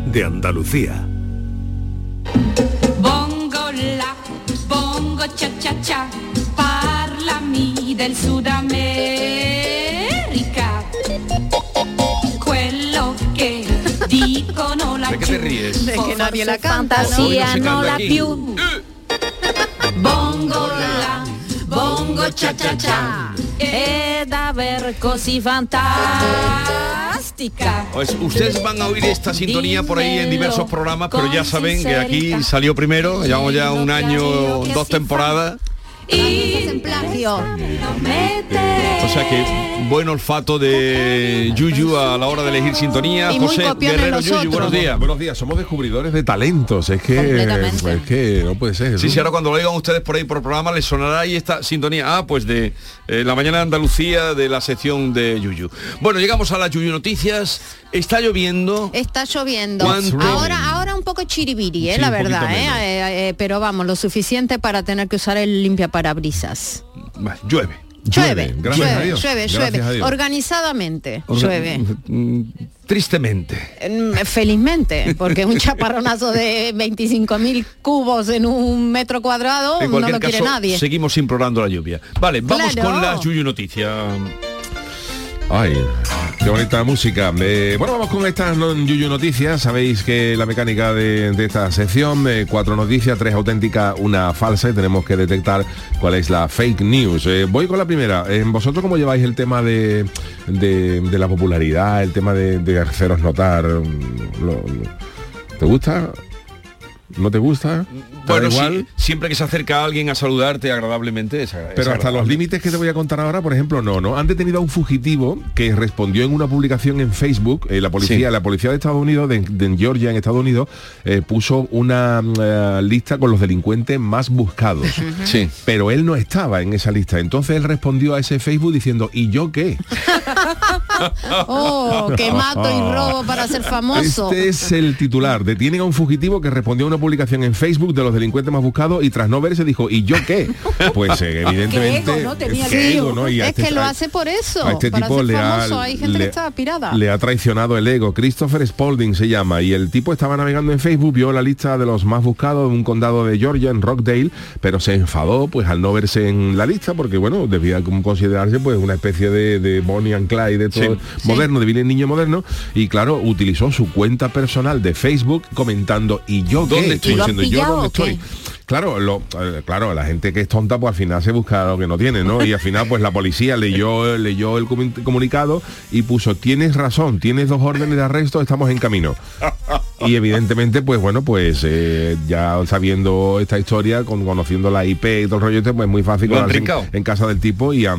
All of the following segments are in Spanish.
de Andalucía. Bongo la, bongo cha cha cha, parlami del Sud America. Quello che dicono la ¿De qué te ríes? De que nadie la canta, ¿no? Fantasia no non se la canta più. Bongo la, bongo cha cha cha, è davvero così fantastica. Pues ustedes van a oír esta sintonía por ahí en diversos programas, pero ya saben que aquí salió primero, llevamos ya un año, 2 temporadas. En plagio. O sea que buen olfato de Yuyu a la hora de elegir sintonía. Y muy José copión en Guerrero nosotros. Yuyu, buenos días. Buenos días, somos descubridores de talentos, es que no puede ser. Sí, sí, ahora cuando lo oigan ustedes por ahí por programa les sonará ahí esta sintonía. Ah, pues de la mañana de Andalucía, de la sección de Yuyu. Bueno, llegamos a las Yuyu Noticias. Está lloviendo. Está lloviendo. ¿Cuánto? Ahora un poco chiribiri, Sí, la un verdad, poquito pero vamos, lo suficiente para tener que usar el limpiaparabrisas. Bueno, llueve. Llueve, gracias a llueve, Dios. llueve, Gracias llueve. a Dios. Organizadamente llueve. Tristemente. Felizmente, porque un chaparronazo de 25.000 cubos en un metro cuadrado En no cualquier lo quiere caso, nadie. seguimos implorando la lluvia. Vale, vamos Claro. con las Yuyu Noticias. Ay, qué bonita música. Bueno, vamos con estas Yuyu Noticias. Sabéis que la mecánica de esta sección, 4 noticias, 3 auténticas, una falsa, y tenemos que detectar cuál es la fake news. Voy con la primera. ¿Vosotros cómo lleváis el tema de la popularidad, el tema de haceros notar? ¿Te gusta? ¿No te gusta? ¿Te da Bueno, igual? sí, siempre que se acerca a alguien a saludarte agradablemente es Pero hasta agradable. los límites que te voy a contar ahora, por ejemplo, no. Han detenido a un fugitivo que respondió en una publicación en Facebook. La policía de Estados Unidos, de Georgia, en Estados Unidos, puso una lista con los delincuentes más buscados. Sí. Pero él no estaba en esa lista. Entonces él respondió a ese Facebook diciendo, ¿y yo qué? Oh, que mato y robo para ser famoso. Este es el titular. Detienen a un fugitivo que respondió a una publicación en Facebook de los delincuentes más buscados y tras no verse dijo, ¿y yo qué? Pues evidentemente... Qué ego, ¿no? Tenía qué que- ego, ¿no? Y a es este- que lo hace por eso, a este para tipo ser le famoso. Hay gente que le- está pirada. le ha traicionado el ego. Christopher Spalding se llama, y el tipo estaba navegando en Facebook, vio la lista de los más buscados de un condado de Georgia, en Rockdale, pero se enfadó pues al no verse en la lista, porque bueno, debía considerarse pues una especie de Bonnie and Clyde, de todo moderno, de Billy el niño moderno, y claro, utilizó su cuenta personal de Facebook comentando, ¿y yo qué? ¿Dónde estoy? ¿Y lo han Diciendo, ¿yo pillado dónde o qué? estoy? Claro, claro, la gente que es tonta pues al final se busca lo que no tiene, ¿no? Y al final pues la policía leyó el comunicado y puso, tienes razón, tienes 2 órdenes de arresto, estamos en camino. Y evidentemente pues bueno, pues ya sabiendo esta historia, conociendo la IP y todo el rollo este, pues es muy fácil Lo han colarse trincado. en casa del tipo y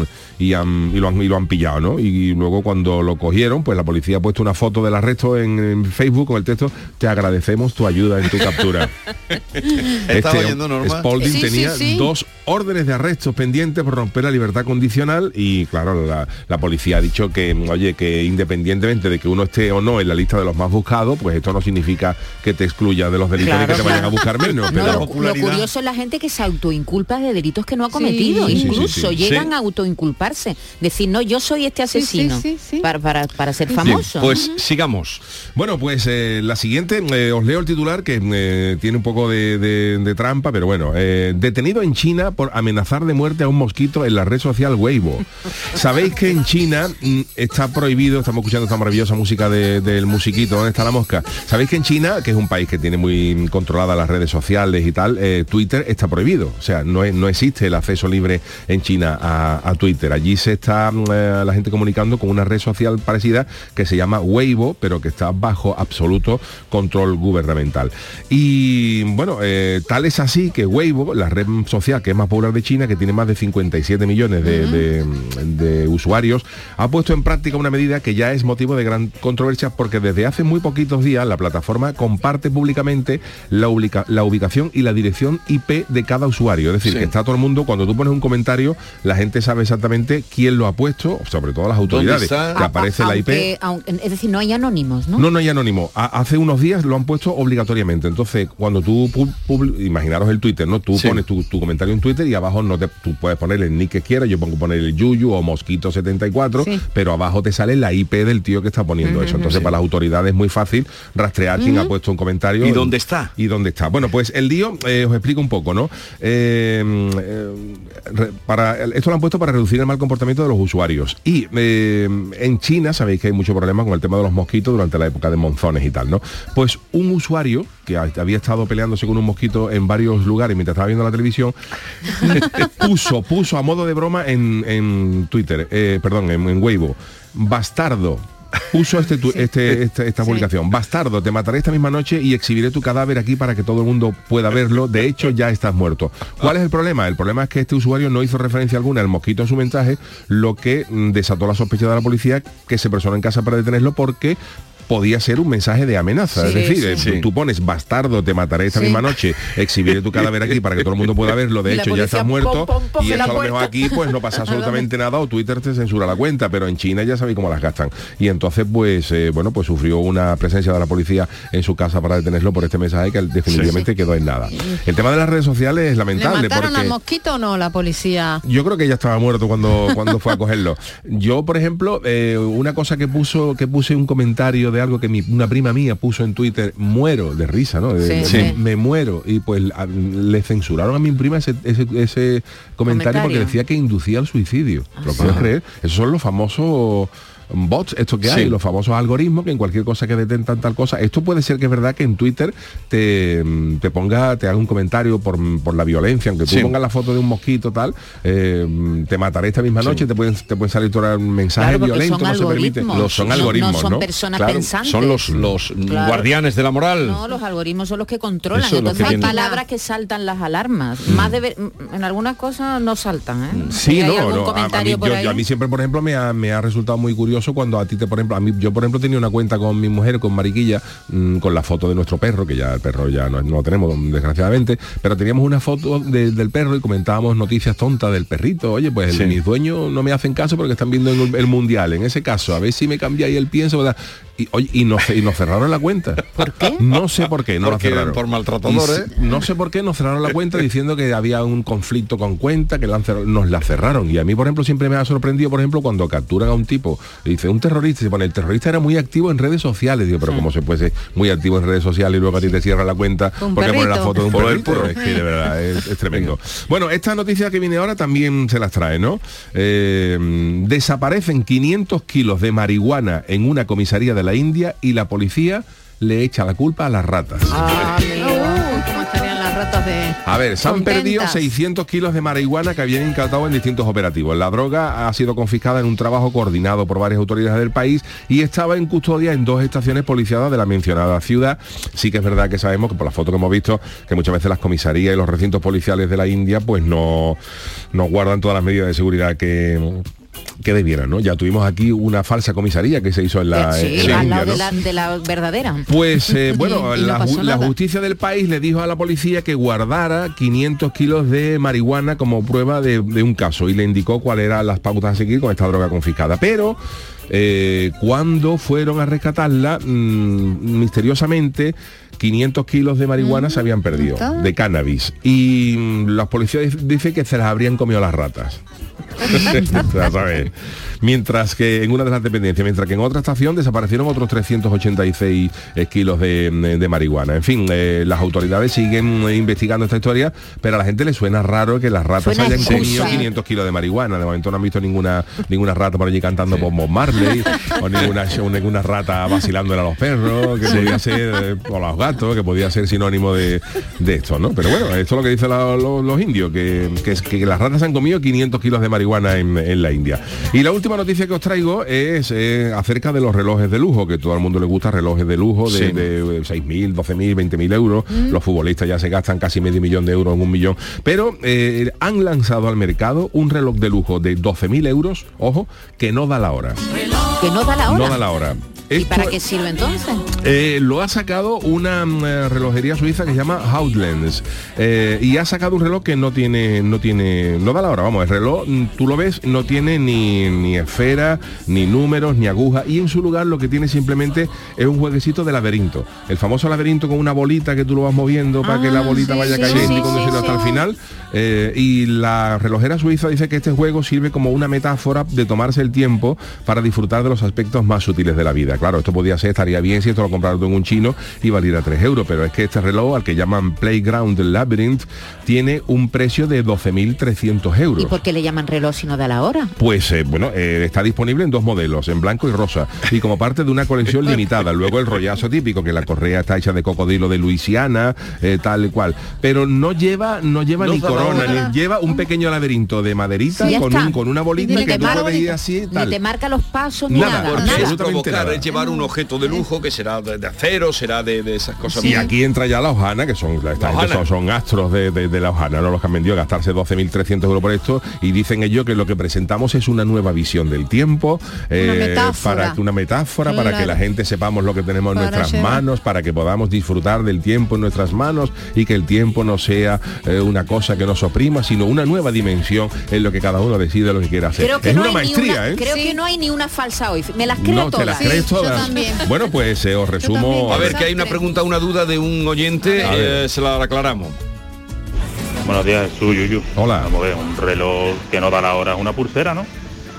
lo han pillado, ¿no? Y luego cuando lo cogieron, pues la policía ha puesto una foto del arresto en Facebook con el texto, te agradecemos tu ayuda en tu captura. Estaba yendo normal. Spalding Sí, tenía sí. 2 órdenes de arresto pendientes por romper la libertad condicional y claro, la policía ha dicho que, oye, que independientemente de que uno esté o no en la lista de los más buscados, pues esto no significa que te excluya de los delitos Claro, que te vayan a buscar menos. No, pero lo curioso es la gente que se autoinculpa de delitos que no ha cometido, Sí, incluso sí. llegan Sí. a autoinculparse, decir, no, yo soy este Sí, sí, asesino, sí. Para ser Bien, famoso. pues sigamos. Bueno, pues la siguiente, os leo el titular que tiene un poco de trampa, pero bueno. Detenido en China por amenazar de muerte a un mosquito en la red social Weibo. Sabéis que en China está prohibido, estamos escuchando esta maravillosa música del musiquito, ¿dónde está la mosca? Sabéis que en China, que es un país que tiene muy controladas las redes sociales y tal, Twitter está prohibido. O sea, no existe el acceso libre en China a Twitter. Allí se está la gente comunicando con una red social parecida que se llama Weibo, pero que está bajo absoluto control gubernamental. Y bueno, tal es así que Weibo, la red social que es más popular de China, que tiene más de 57 millones de usuarios, ha puesto en práctica una medida que ya es motivo de gran controversia porque desde hace muy poquitos días la plataforma comparte públicamente la ubicación y la dirección IP de cada usuario. Es decir, Sí. que está todo el mundo, cuando tú pones un comentario, la gente sabe exactamente quién lo ha puesto, sobre todo las autoridades. está? Que aparece la IP. Es decir, no hay anónimos, ¿no? No hay anónimo. Hace unos días lo han puesto obligatoriamente. Entonces, cuando tú imaginaros el Twitter, ¿no? Tú Sí. pones tu comentario en Twitter y abajo tú puedes poner el nick que quieras, yo pongo poner el Yuyu o Mosquito74, Sí. pero abajo te sale la IP del tío que está poniendo eso. Entonces, para las autoridades es muy fácil rastrear quién ha puesto un comentario. ¿Y dónde está? ¿Y dónde está? Bueno, pues el lío, os explico un poco, ¿no? Esto lo han puesto para reducir el mal comportamiento de los usuarios. Y en China, sabéis que hay mucho problema con el tema de los mosquitos durante la época de monzones y tal, ¿no? Pues un usuario que había estado peleándose con un mosquito en varios lugares mientras estaba viendo la televisión, puso a modo de broma en Twitter, en Weibo, bastardo. Puso esta publicación. Bastardo, te mataré esta misma noche y exhibiré tu cadáver aquí para que todo el mundo pueda verlo. De hecho, ya estás muerto. ¿Cuál es el problema? El problema es que este usuario no hizo referencia alguna al mosquito en su mensaje, lo que desató la sospecha de la policía, que se personó en casa para detenerlo porque podía ser un mensaje de amenaza. Es decir, tú pones bastardo, te mataré esta misma noche, exhibiré tu cadáver aquí para que todo el mundo pueda verlo, de hecho ya estás muerto, y eso a lo mejor aquí pues no pasa absolutamente nada, o Twitter te censura la cuenta, pero en China ya sabéis cómo las gastan. Y entonces pues sufrió una presencia de la policía en su casa para detenerlo por este mensaje que definitivamente quedó en nada. El tema de las redes sociales es lamentable. ¿Le mataron porque al mosquito o no la policía? Yo creo que ya estaba muerto cuando fue a cogerlo. Yo, por ejemplo, una cosa que puse un comentario de algo que una prima mía puso en Twitter, muero de risa, ¿no? Me muero. Y pues le censuraron a mi prima ese comentario porque decía que inducía al suicidio. ¿Lo puedes creer? Esos son los famosos bots, esto que hay, los famosos algoritmos que en cualquier cosa que detentan tal cosa. Esto puede ser que es verdad que en Twitter te haga un comentario por la violencia, aunque tú pongas la foto de un mosquito tal, te mataré esta misma noche, te pueden salir todo un mensaje violento, no se permite. Son algoritmos, no son personas pensantes. Son los guardianes de la moral. No, los algoritmos son los que controlan. Entonces hay palabras que saltan las alarmas. En algunas cosas no saltan, Sí, a mí siempre, por ejemplo, me ha resultado muy curioso cuando a ti yo por ejemplo tenía una cuenta con mi mujer, con Mariquilla, con la foto de nuestro perro, que ya el perro ya no lo tenemos desgraciadamente, pero teníamos una foto del perro y comentábamos noticias tontas del perrito. Oye, pues mis dueños no me hacen caso porque están viendo el mundial, en ese caso a ver si me cambiáis el pienso, ¿verdad? Y nos cerraron la cuenta. ¿Por qué? No sé por qué, la cerraron. Por maltratadores. No sé por qué nos cerraron la cuenta diciendo que había un conflicto con cuenta, que nos la cerraron. Y a mí, por ejemplo, siempre me ha sorprendido, por ejemplo, cuando capturan a un tipo, dice un terrorista, el terrorista era muy activo en redes sociales. Digo, pero ¿cómo se puede ser muy activo en redes sociales y luego a ti te cierra la cuenta porque pone la foto de un perrito? Es que de verdad es tremendo. Bueno, esta noticia que viene ahora también se las trae, ¿no? Desaparecen 500 kilos de marihuana en una comisaría de la India y la policía le echa la culpa a las ratas. ¿Cómo estarían las ratas de... A ver, se han perdido 600 kilos de marihuana que habían incautado en distintos operativos. La droga ha sido confiscada en un trabajo coordinado por varias autoridades del país y estaba en custodia en 2 estaciones policiadas de la mencionada ciudad. Sí que es verdad que sabemos que por la foto que hemos visto, que muchas veces las comisarías y los recintos policiales de la India pues no guardan todas las medidas de seguridad que debieran, ¿no? Ya tuvimos aquí una falsa comisaría que se hizo en la al lado India, ¿no? de la verdadera. Pues la justicia del país le dijo a la policía que guardara 500 kilos de marihuana como prueba de un caso y le indicó cuáles eran las pautas a seguir con esta droga confiscada. Pero cuando fueron a rescatarla, misteriosamente 500 kilos de marihuana se habían perdido, de cannabis, y los policías dicen que se las habrían comido las ratas. ¿Sabes? Mientras que en una de las dependencias, mientras que en otra estación desaparecieron otros 386 kilos de marihuana. En fin, las autoridades siguen investigando esta historia, pero a la gente le suena raro que las ratas hayan comido 500 kilos de marihuana. De momento no han visto ninguna rata por allí cantando por Bob Marley, o ninguna rata vacilándole a los perros, que podía ser, o los gatos, que podía ser sinónimo de esto, ¿no? Pero bueno, esto es lo que dicen los indios, que las ratas han comido 500 kilos de marihuana en la India. Y la última noticia que os traigo es acerca de los relojes de lujo, que todo el mundo le gusta relojes de lujo de 6.000, 12.000, 20.000 euros. Los futbolistas ya se gastan casi medio millón de euros en 1 millón. Pero han lanzado al mercado un reloj de lujo de 12.000 euros, ojo, que no da la hora. ¿Que no da la hora? No da la hora. ¿Y para qué sirve entonces? Lo ha sacado una relojería suiza que se llama Hautlands, y ha sacado un reloj que no da la hora. Vamos, el reloj, tú lo ves, no tiene ni esfera, ni números, ni aguja, y en su lugar lo que tiene simplemente es un jueguecito de laberinto. El famoso laberinto con una bolita que tú lo vas moviendo para que la bolita vaya cayendo y conduciendo hasta el final. Y la relojera suiza dice que este juego sirve como una metáfora de tomarse el tiempo para disfrutar de los aspectos más sutiles de la vida. claro, esto podía ser, estaría bien si esto lo compraras tú en un chino y valiera 3 euros, pero es que este reloj, al que llaman Playground Labyrinth, tiene un precio de 12.300 euros. ¿Y por qué le llaman reloj si no da la hora? Pues está disponible en 2 modelos, en blanco y rosa, y como parte de una colección limitada. Luego el rollazo típico, que la correa está hecha de cocodrilo de Luisiana, tal y cual. Pero no lleva ni corona, ni lleva un pequeño laberinto de maderita con una bolita que tú puedes ir así, tal. Ni te marca los pasos, ni Nada, nada. porque nada. es provocar, es llevar un objeto de lujo que será de acero, será de esas cosas. Y aquí entra ya la Ojana, que son astros de la Ojana, ¿no? Los que han vendido a gastarse 12.300 euros por esto, y dicen ellos que lo que presentamos es una nueva visión del tiempo, una metáfora para que la gente sepamos lo que tenemos en nuestras manos, para que podamos disfrutar del tiempo en nuestras manos y que el tiempo no sea una cosa que nos oprima, sino una nueva dimensión en lo que cada uno decide lo que quiera hacer. Es una maestría, Creo que no hay ni una falsa hoy. Me las creo todas. ¿Te las crees todas? Bueno, pues os resumo. A ver, que hay una pregunta, una duda de un oyente, se la aclaramos. Buenos días, Jesús, Yuyu. Hola. Vamos a ver, un reloj que no da la hora es una pulsera, ¿no?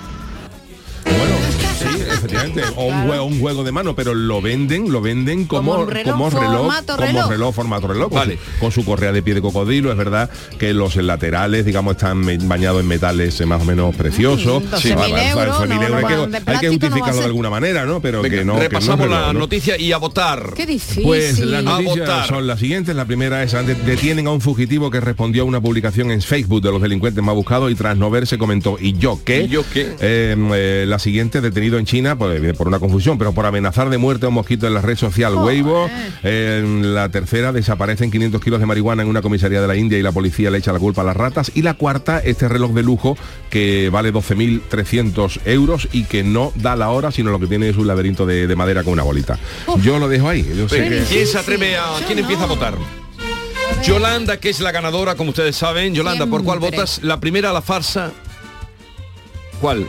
Bueno, sí, efectivamente, o un juego de mano, pero lo venden como reloj, formato reloj, con su correa de pie de cocodrilo. Es verdad que los laterales, digamos, están bañados en metales más o menos preciosos. 12.000 euros, hay que justificarlo de alguna manera, ¿no? Pero venga, que no. Repasamos la noticia y a votar. Qué difícil. Pues las noticias son las siguientes. La primera es: detienen a un fugitivo que respondió a una publicación en Facebook de los delincuentes más buscados y tras no verse comentó ¿y yo qué? La siguiente, detenido en China por una confusión, pero por amenazar de muerte a un mosquito en la red social Weibo. La tercera, desaparecen 500 kilos de marihuana en una comisaría de la India y la policía le echa la culpa a las ratas. Y la cuarta, este reloj de lujo que vale 12.300 euros y que no da la hora, sino lo que tiene es un laberinto de madera con una bolita. Yo lo dejo ahí. Yo sé que... ¿Quién se atreve ¿Quién empieza a votar? Yolanda, que es la ganadora, como ustedes saben. Yolanda, ¿por cuál votas? La primera, la farsa. ¿Cuál?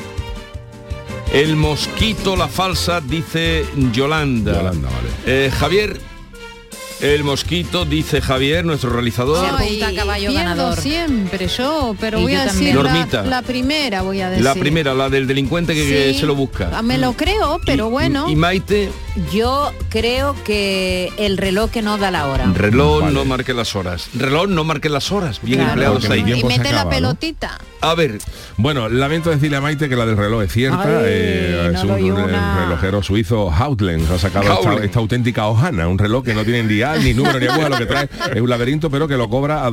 El mosquito, la falsa, dice Yolanda. Vale. Javier, el mosquito, dice Javier, nuestro realizador. Se apunta a caballo ganador. Siempre yo, pero Y voy yo a también. decir la primera, voy a decir. La primera, la del delincuente que se lo busca. Me lo creo, pero bueno. Y Maite. Yo creo que el reloj que no da la hora. Reloj no marque las horas. Reloj no marque las horas. Bien empleados ahí. Y mete la pelotita. A ver. Bueno, lamento decirle a Maite que la del reloj es cierta. Es un relojero suizo, Hautlen, ha sacado esta auténtica Ojana, un reloj que no tiene ni dial, ni número, ni aguja, lo que trae es un laberinto, pero que lo cobra a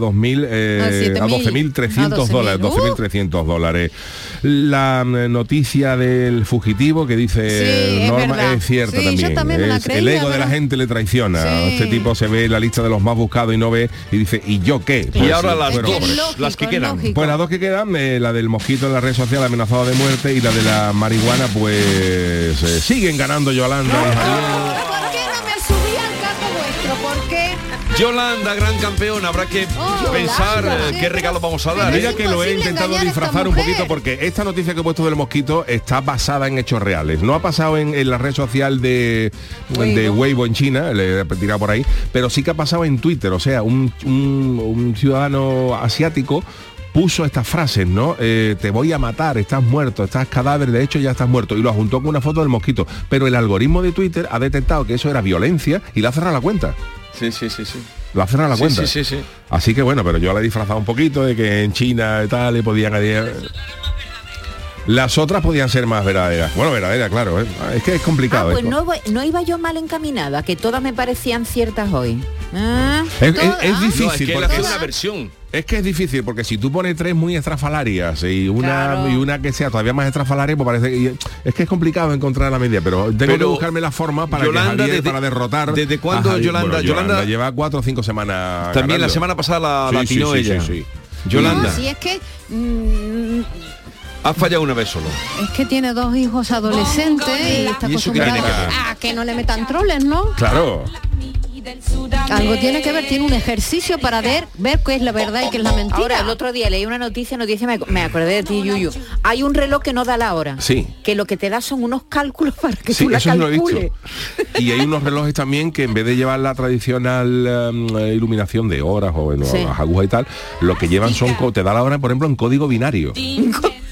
12.300 dólares. 12.300 La noticia del fugitivo que dice Norma es cierta también. El ego de la gente le traiciona. Este tipo se ve en la lista de los más buscados y no ve y dice ¿y yo qué? Pues, y ahora las dos, las que quedan. Pues las dos que quedan, la del mosquito en la red social amenazado de muerte y la de la marihuana, pues siguen ganando Yolanda y Javier. ¿Por qué no me subí al carro vuestro? ¿Por qué? Yolanda, gran campeona, habrá que pensar qué regalo vamos a dar. Mira que lo he intentado disfrazar un poquito porque esta noticia que he puesto del mosquito está basada en hechos reales. No ha pasado en la red social de Weibo en China, le he tirado por ahí, pero sí que ha pasado en Twitter. O sea, un ciudadano asiático puso estas frases, ¿no? Te voy a matar, estás muerto, estás cadáver, de hecho ya estás muerto, y lo juntó con una foto del mosquito. Pero el algoritmo de Twitter ha detectado que eso era violencia y le ha cerrado la cuenta. Sí. Lo ha cerrado la cuenta. Sí. Así que bueno, pero yo la he disfrazado un poquito de que en China y tal le podían... Las otras podían ser más verdaderas. Bueno, verdadera, claro. Es que es complicado. Pues no iba yo mal encaminada, que todas me parecían ciertas hoy. Es difícil. No, es que él hace una versión. Es que es difícil, porque si tú pones tres muy estrafalarias y una que sea todavía más estrafalaria, pues parece que... Es que es complicado encontrar la media, pero tengo que buscarme la forma para Yolanda, que Javier, para derrotar... ¿Desde cuándo Yolanda? Bueno, Yolanda lleva 4 o 5 semanas también ganando. La semana pasada la atinó ella. Sí. Yolanda. No, si es que... Ha fallado una vez solo. Es que tiene 2 hijos adolescentes y está acostumbrada a que no le metan troles, ¿no? Claro. Algo tiene que ver, tiene un ejercicio para ver qué es la verdad y qué es la mentira. Ahora, el otro día leí una noticia me acordé de ti, Yuyu. Hay un reloj que no da la hora. Sí. Que lo que te da son unos cálculos para que tú la calcules. Lo he visto. Y hay unos relojes también que en vez de llevar la tradicional iluminación de horas o las agujas y tal, lo que llevan son... Te da la hora, por ejemplo, en código binario.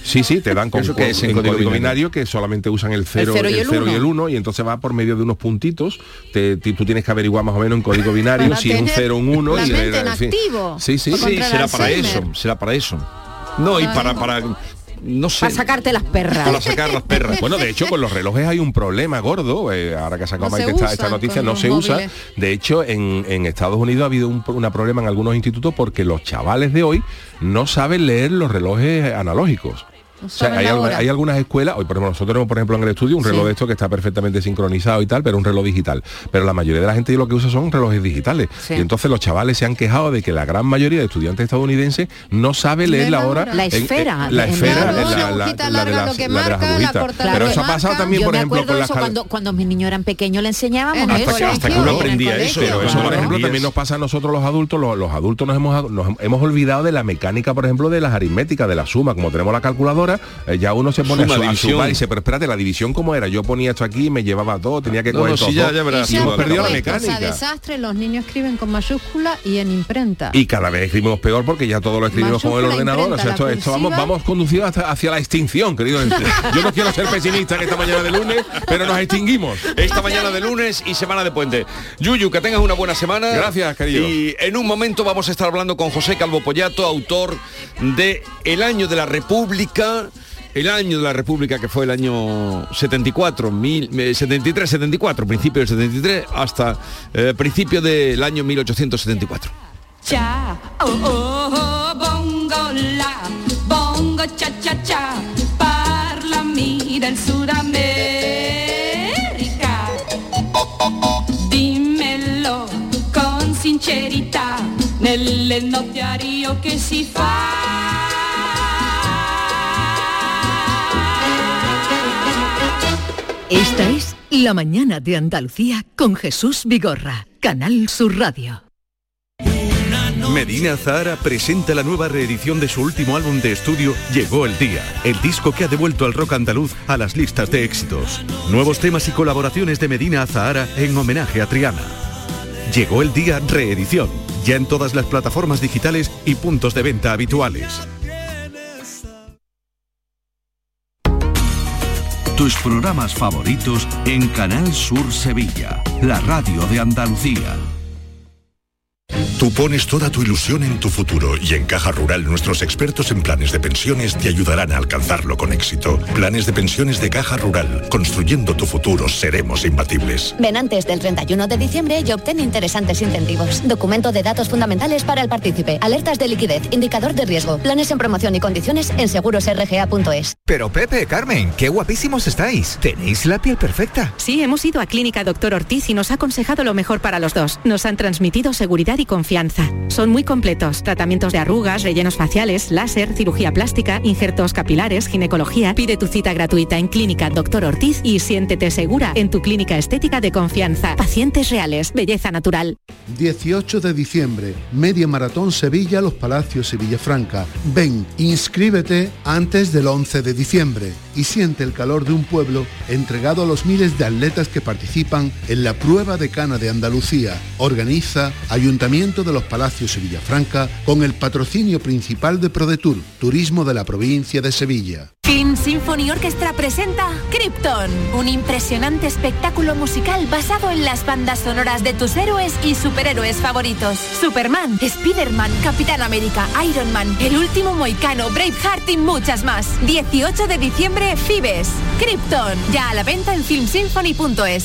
Sí, te dan con en código binario, que solamente usan el 0 y el 1, y entonces va por medio de unos puntitos. Tú tienes que averiguar más o menos en código binario si es un 0 o un 1. La mente en activo. Sí, será para eso. No, y para no sé. Para sacarte las perras. Para sacar las perras. Bueno, de hecho, con los relojes hay un problema gordo. Ahora que ha sacado Maite esta noticia, no se usa. De hecho, en Estados Unidos ha habido un problema en algunos institutos porque los chavales de hoy no saben leer los relojes analógicos. O sea, hay algunas escuelas, hoy por ejemplo nosotros tenemos por ejemplo en el estudio un reloj de esto que está perfectamente sincronizado y tal, pero un reloj digital. Pero la mayoría de la gente lo que usa son relojes digitales. Sí. Y entonces los chavales se han quejado de que la gran mayoría de estudiantes estadounidenses no sabe leer la hora. La esfera. La de las agujitas. Pero eso ha pasado también, por ejemplo, con las cuando mis niños eran pequeños le enseñábamos hasta que uno aprendía eso. Pero eso, por ejemplo, también nos pasa a nosotros los adultos. Los adultos nos hemos olvidado de la mecánica, por ejemplo, de las aritméticas, de la suma. Como tenemos la calculadora, ya uno se pone a sumar y dice, pero espérate, la división cómo era, yo ponía esto aquí, me llevaba todo, tenía que coger todo. Ya verás, y hemos perdido la mecánica. O sea, desastre, los niños escriben con mayúscula y en imprenta. Y cada vez escribimos peor porque ya todo lo escribimos con el ordenador. O sea, esto vamos conducidos hacia la extinción, querido. Yo no quiero ser pesimista en esta mañana de lunes, pero nos extinguimos. Esta mañana de lunes y semana de puente. Yuyu, que tengas una buena semana. Gracias, querido. Y en un momento vamos a estar hablando con José Calvo Pollato, autor de El Año de la República. El año de la República, que fue el año 74, 74, principio del 73, hasta principio del año 1874. Cha, bongo la, bongo cha cha cha, parlami del Sudamerica. Dimmelo con sincerità, nelle notti a Rio che si fa. Esta es La Mañana de Andalucía con Jesús Vigorra, Canal Sur Radio. Medina Zahara presenta la nueva reedición de su último álbum de estudio, Llegó el Día, el disco que ha devuelto al rock andaluz a las listas de éxitos. Nuevos temas y colaboraciones de Medina Zahara en homenaje a Triana. Llegó el Día reedición, ya en todas las plataformas digitales y puntos de venta habituales. Tus programas favoritos en Canal Sur Sevilla, la radio de Andalucía. Tú pones toda tu ilusión en tu futuro y en Caja Rural nuestros expertos en planes de pensiones te ayudarán a alcanzarlo con éxito. Planes de pensiones de Caja Rural. Construyendo tu futuro seremos imbatibles. Ven antes del 31 de diciembre y obtén interesantes incentivos. Documento de datos fundamentales para el partícipe. Alertas de liquidez. Indicador de riesgo. Planes en promoción y condiciones en segurosrga.es. Pero Pepe, Carmen, qué guapísimos estáis. Tenéis la piel perfecta. Sí, hemos ido a Clínica Doctor Ortiz y nos ha aconsejado lo mejor para los dos. Nos han transmitido seguridad y confianza. Son muy completos. Tratamientos de arrugas, rellenos faciales, láser, cirugía plástica, injertos capilares, ginecología. Pide tu cita gratuita en Clínica Doctor Ortiz y siéntete segura en tu clínica estética de confianza. Pacientes reales, belleza natural. 18 de diciembre, Media Maratón Sevilla, Los Palacios, Sevillafranca. Ven, inscríbete antes del 11 de diciembre y siente el calor de un pueblo entregado a los miles de atletas que participan en la prueba decana de Andalucía. Organiza Ayuntamiento de Los Palacios, Sevillafranca, con el patrocinio principal de ProDetour, Turismo de la provincia de Sevilla. Film Symphony Orchestra presenta Krypton, un impresionante espectáculo musical basado en las bandas sonoras de tus héroes y superhéroes favoritos. Superman, Spiderman, Capitán América, Iron Man, El Último Mohicano, Braveheart y muchas más. 18 de diciembre, Fibes. Krypton, ya a la venta en filmsymphony.es.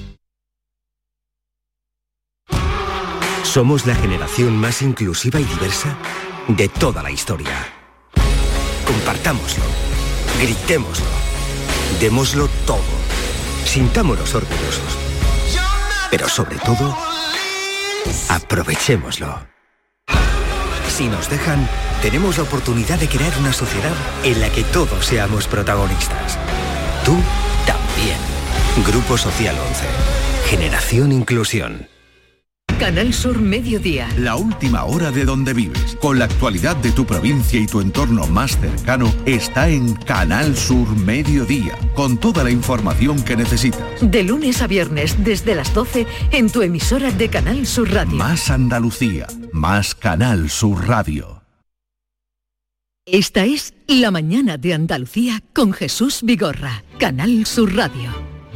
Somos la generación más inclusiva y diversa de toda la historia. Compartámoslo, gritémoslo, démoslo todo, sintámonos orgullosos. Pero sobre todo, aprovechémoslo. Si nos dejan, tenemos la oportunidad de crear una sociedad en la que todos seamos protagonistas. Tú también. Grupo Social 11. Generación Inclusión. Canal Sur Mediodía. La última hora de donde vives, con la actualidad de tu provincia y tu entorno más cercano, está en Canal Sur Mediodía, con toda la información que necesitas. De lunes a viernes, desde las 12, en tu emisora de Canal Sur Radio. Más Andalucía, más Canal Sur Radio. Esta es La Mañana de Andalucía con Jesús Vigorra, Canal Sur Radio.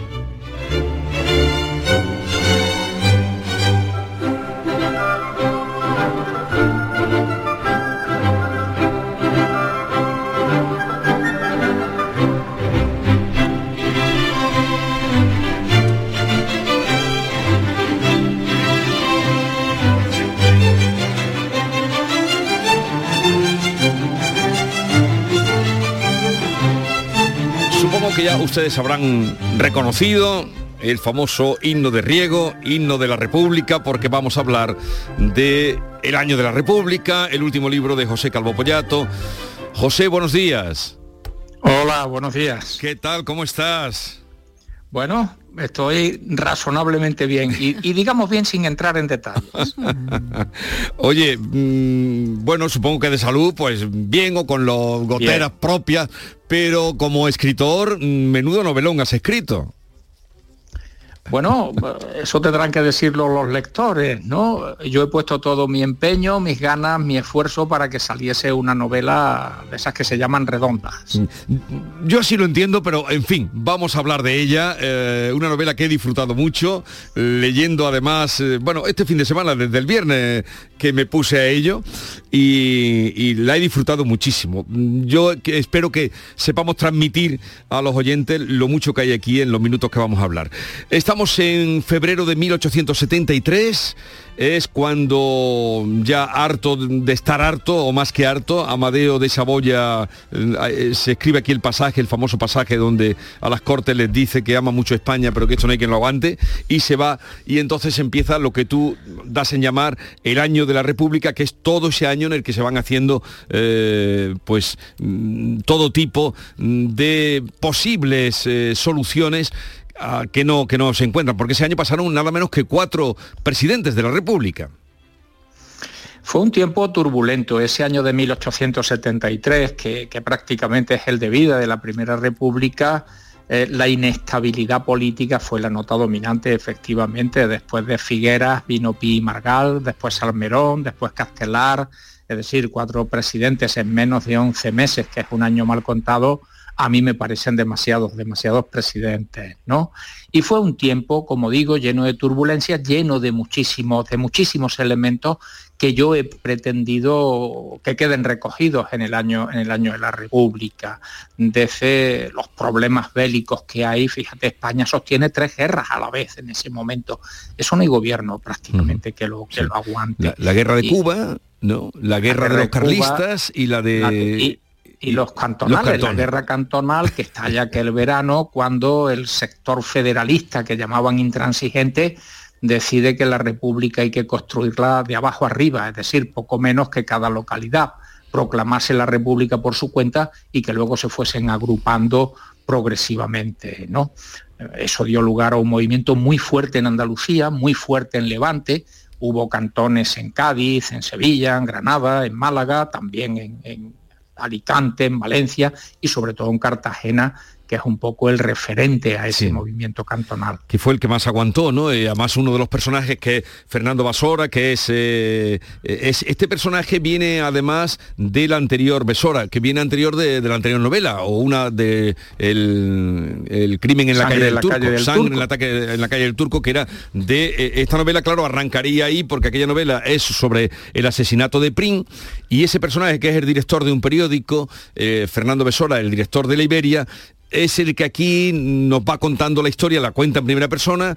Supongo que ya ustedes habrán reconocido el famoso himno de Riego, himno de la República, porque vamos a hablar de El año de la República, el último libro de José Calvo Pollato. José, buenos días. Hola, buenos días. ¿Qué tal? ¿Cómo estás? Bueno, estoy razonablemente bien y digamos bien sin entrar en detalles. Oye, bueno, supongo que de salud, pues bien o con las goteras propias, pero como escritor, menudo novelón has escrito. Bueno, eso tendrán que decirlo los lectores, ¿no? Yo he puesto todo mi empeño, mis ganas, mi esfuerzo para que saliese una novela de esas que se llaman redondas. Yo así lo entiendo, pero en fin, vamos a hablar de ella. Una novela que he disfrutado mucho, leyendo además, bueno, este fin de semana, desde el viernes que me puse a ello, y la he disfrutado muchísimo. Yo espero que sepamos transmitir a los oyentes lo mucho que hay aquí en los minutos que vamos a hablar. Estamos en febrero de 1873, es cuando ya harto de estar harto, o más que harto, Amadeo de Saboya, se escribe aquí el pasaje, el famoso pasaje donde a las Cortes les dice que ama mucho España, pero que esto no hay quien lo aguante, y se va, y entonces empieza lo que tú das en llamar el año de la República, que es todo ese año en el que se van haciendo pues todo tipo de posibles soluciones que no se encuentran, porque ese año pasaron nada menos que 4 presidentes de la República. Fue un tiempo turbulento, ese año de 1873, que prácticamente es el de vida de la Primera República. La inestabilidad política fue la nota dominante, efectivamente. Después de Figueras vino Pi y Margall, después Salmerón, después Castelar, es decir, 4 presidentes en menos de 11 meses, que es un año mal contado. A mí me parecen demasiados presidentes, ¿no? Y fue un tiempo, como digo, lleno de turbulencias, lleno de muchísimos elementos que yo he pretendido que queden recogidos en el año de la República. Desde los problemas bélicos que hay, fíjate, España sostiene 3 guerras a la vez en ese momento. Eso no hay gobierno prácticamente que lo aguante. La guerra de Cuba, ¿no? La guerra de los carlistas y la de... Y los cantonales, la guerra cantonal que estalla aquel verano cuando el sector federalista, que llamaban intransigente, decide que la República hay que construirla de abajo arriba, es decir, poco menos que cada localidad proclamase la República por su cuenta y que luego se fuesen agrupando progresivamente, ¿no? Eso dio lugar a un movimiento muy fuerte en Andalucía, muy fuerte en Levante. Hubo cantones en Cádiz, en Sevilla, en Granada, en Málaga, también en Alicante, en Valencia y sobre todo en Cartagena, que es un poco el referente a ese movimiento cantonal. Que fue el que más aguantó, ¿no? Además uno de los personajes que es Fernando Besora, que es este personaje viene además del anterior Besora, que viene anterior de la anterior novela, o una de el crimen en la calle del Turco, Sangre en la calle del Turco, que era de esta novela. Claro, arrancaría ahí porque aquella novela es sobre el asesinato de Prim, y ese personaje, que es el director de un periódico, Fernando Besora, el director de La Iberia, es el que aquí nos va contando la historia, la cuenta en primera persona,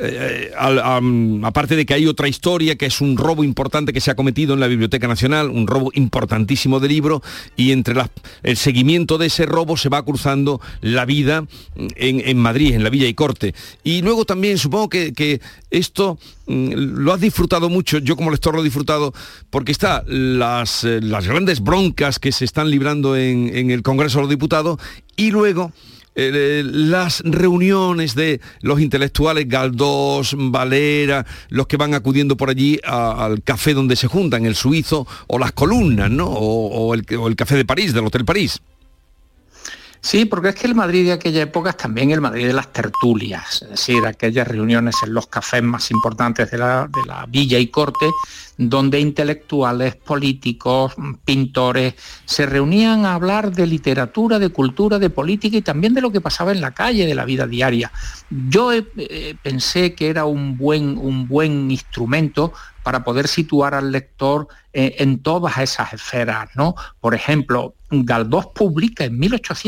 aparte de que hay otra historia, que es un robo importante que se ha cometido en la Biblioteca Nacional, un robo importantísimo de libros, y entre el seguimiento de ese robo se va cruzando la vida en Madrid, en la Villa y Corte. Y luego también supongo que esto lo has disfrutado mucho, yo como lector lo he disfrutado, porque está las grandes broncas que se están librando en el Congreso de los Diputados, y luego las reuniones de los intelectuales, Galdós, Valera, los que van acudiendo por allí al café donde se juntan, el Suizo, o las columnas, ¿no? O el café de París, del Hotel París. Sí, porque es que el Madrid de aquella época es también el Madrid de las tertulias, es decir, aquellas reuniones en los cafés más importantes de la villa y corte, donde intelectuales, políticos, pintores, se reunían a hablar de literatura, de cultura, de política y también de lo que pasaba en la calle, de la vida diaria. Yo pensé que era un buen instrumento para poder situar al lector en todas esas esferas, ¿no? Por ejemplo, Galdós publica en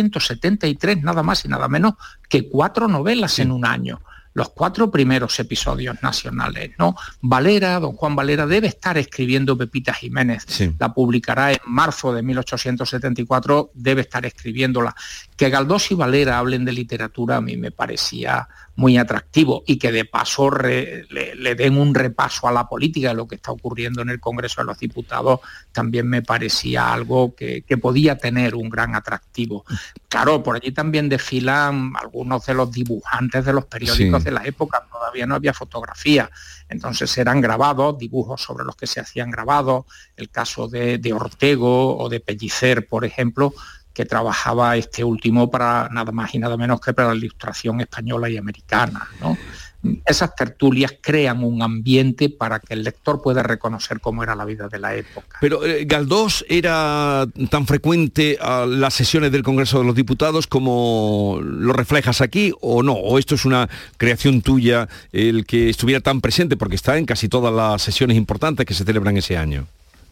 1873 nada más y nada menos que 4 novelas en un año. Los 4 primeros episodios nacionales, ¿no? Valera, don Juan Valera, debe estar escribiendo Pepita Jiménez. Sí. La publicará en marzo de 1874, debe estar escribiéndola. Que Galdós y Valera hablen de literatura a mí me parecía muy atractivo y que de paso le den un repaso a la política de lo que está ocurriendo en el Congreso de los Diputados también me parecía algo que podía tener un gran atractivo. Claro, por allí también desfilan algunos de los dibujantes de los periódicos de la época, todavía no había fotografía, entonces eran grabados, dibujos sobre los que se hacían grabados, el caso de Ortego o de Pellicer, por ejemplo, que trabajaba este último para nada más y nada menos que para la ilustración española y americana, ¿no? Esas tertulias crean un ambiente para que el lector pueda reconocer cómo era la vida de la época. Pero ¿Galdós era tan frecuente a las sesiones del Congreso de los Diputados como lo reflejas aquí o no? ¿O esto es una creación tuya el que estuviera tan presente? Porque está en casi todas las sesiones importantes que se celebran ese año.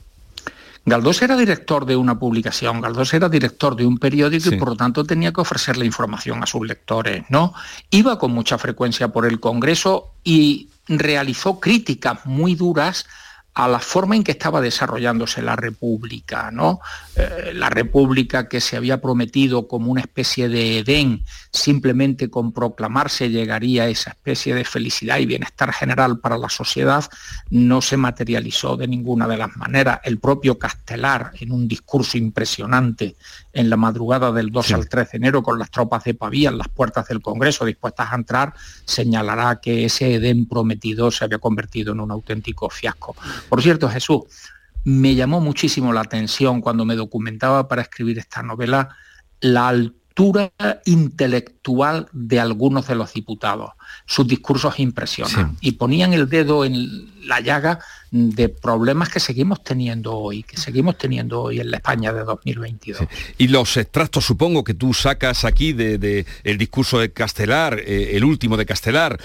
Galdós era director de una publicación, Galdós era director de un periódico y por lo tanto tenía que ofrecerle información a sus lectores, ¿no? Iba con mucha frecuencia por el Congreso y realizó críticas muy duras a la forma en que estaba desarrollándose la República, ¿no? La República que se había prometido como una especie de Edén, simplemente con proclamarse llegaría a esa especie de felicidad y bienestar general para la sociedad, no se materializó de ninguna de las maneras. El propio Castelar, en un discurso impresionante en la madrugada del 2 al 3 de enero, con las tropas de Pavía en las puertas del Congreso dispuestas a entrar, señalará que ese Edén prometido se había convertido en un auténtico fiasco. Por cierto, Jesús, me llamó muchísimo la atención cuando me documentaba para escribir esta novela la altura intelectual de algunos de los diputados. Sus discursos impresionan y ponían el dedo en la llaga de problemas que seguimos teniendo hoy en la España de 2022. Sí. Y los extractos, supongo, que tú sacas aquí de el discurso de Castelar, el último de Castelar,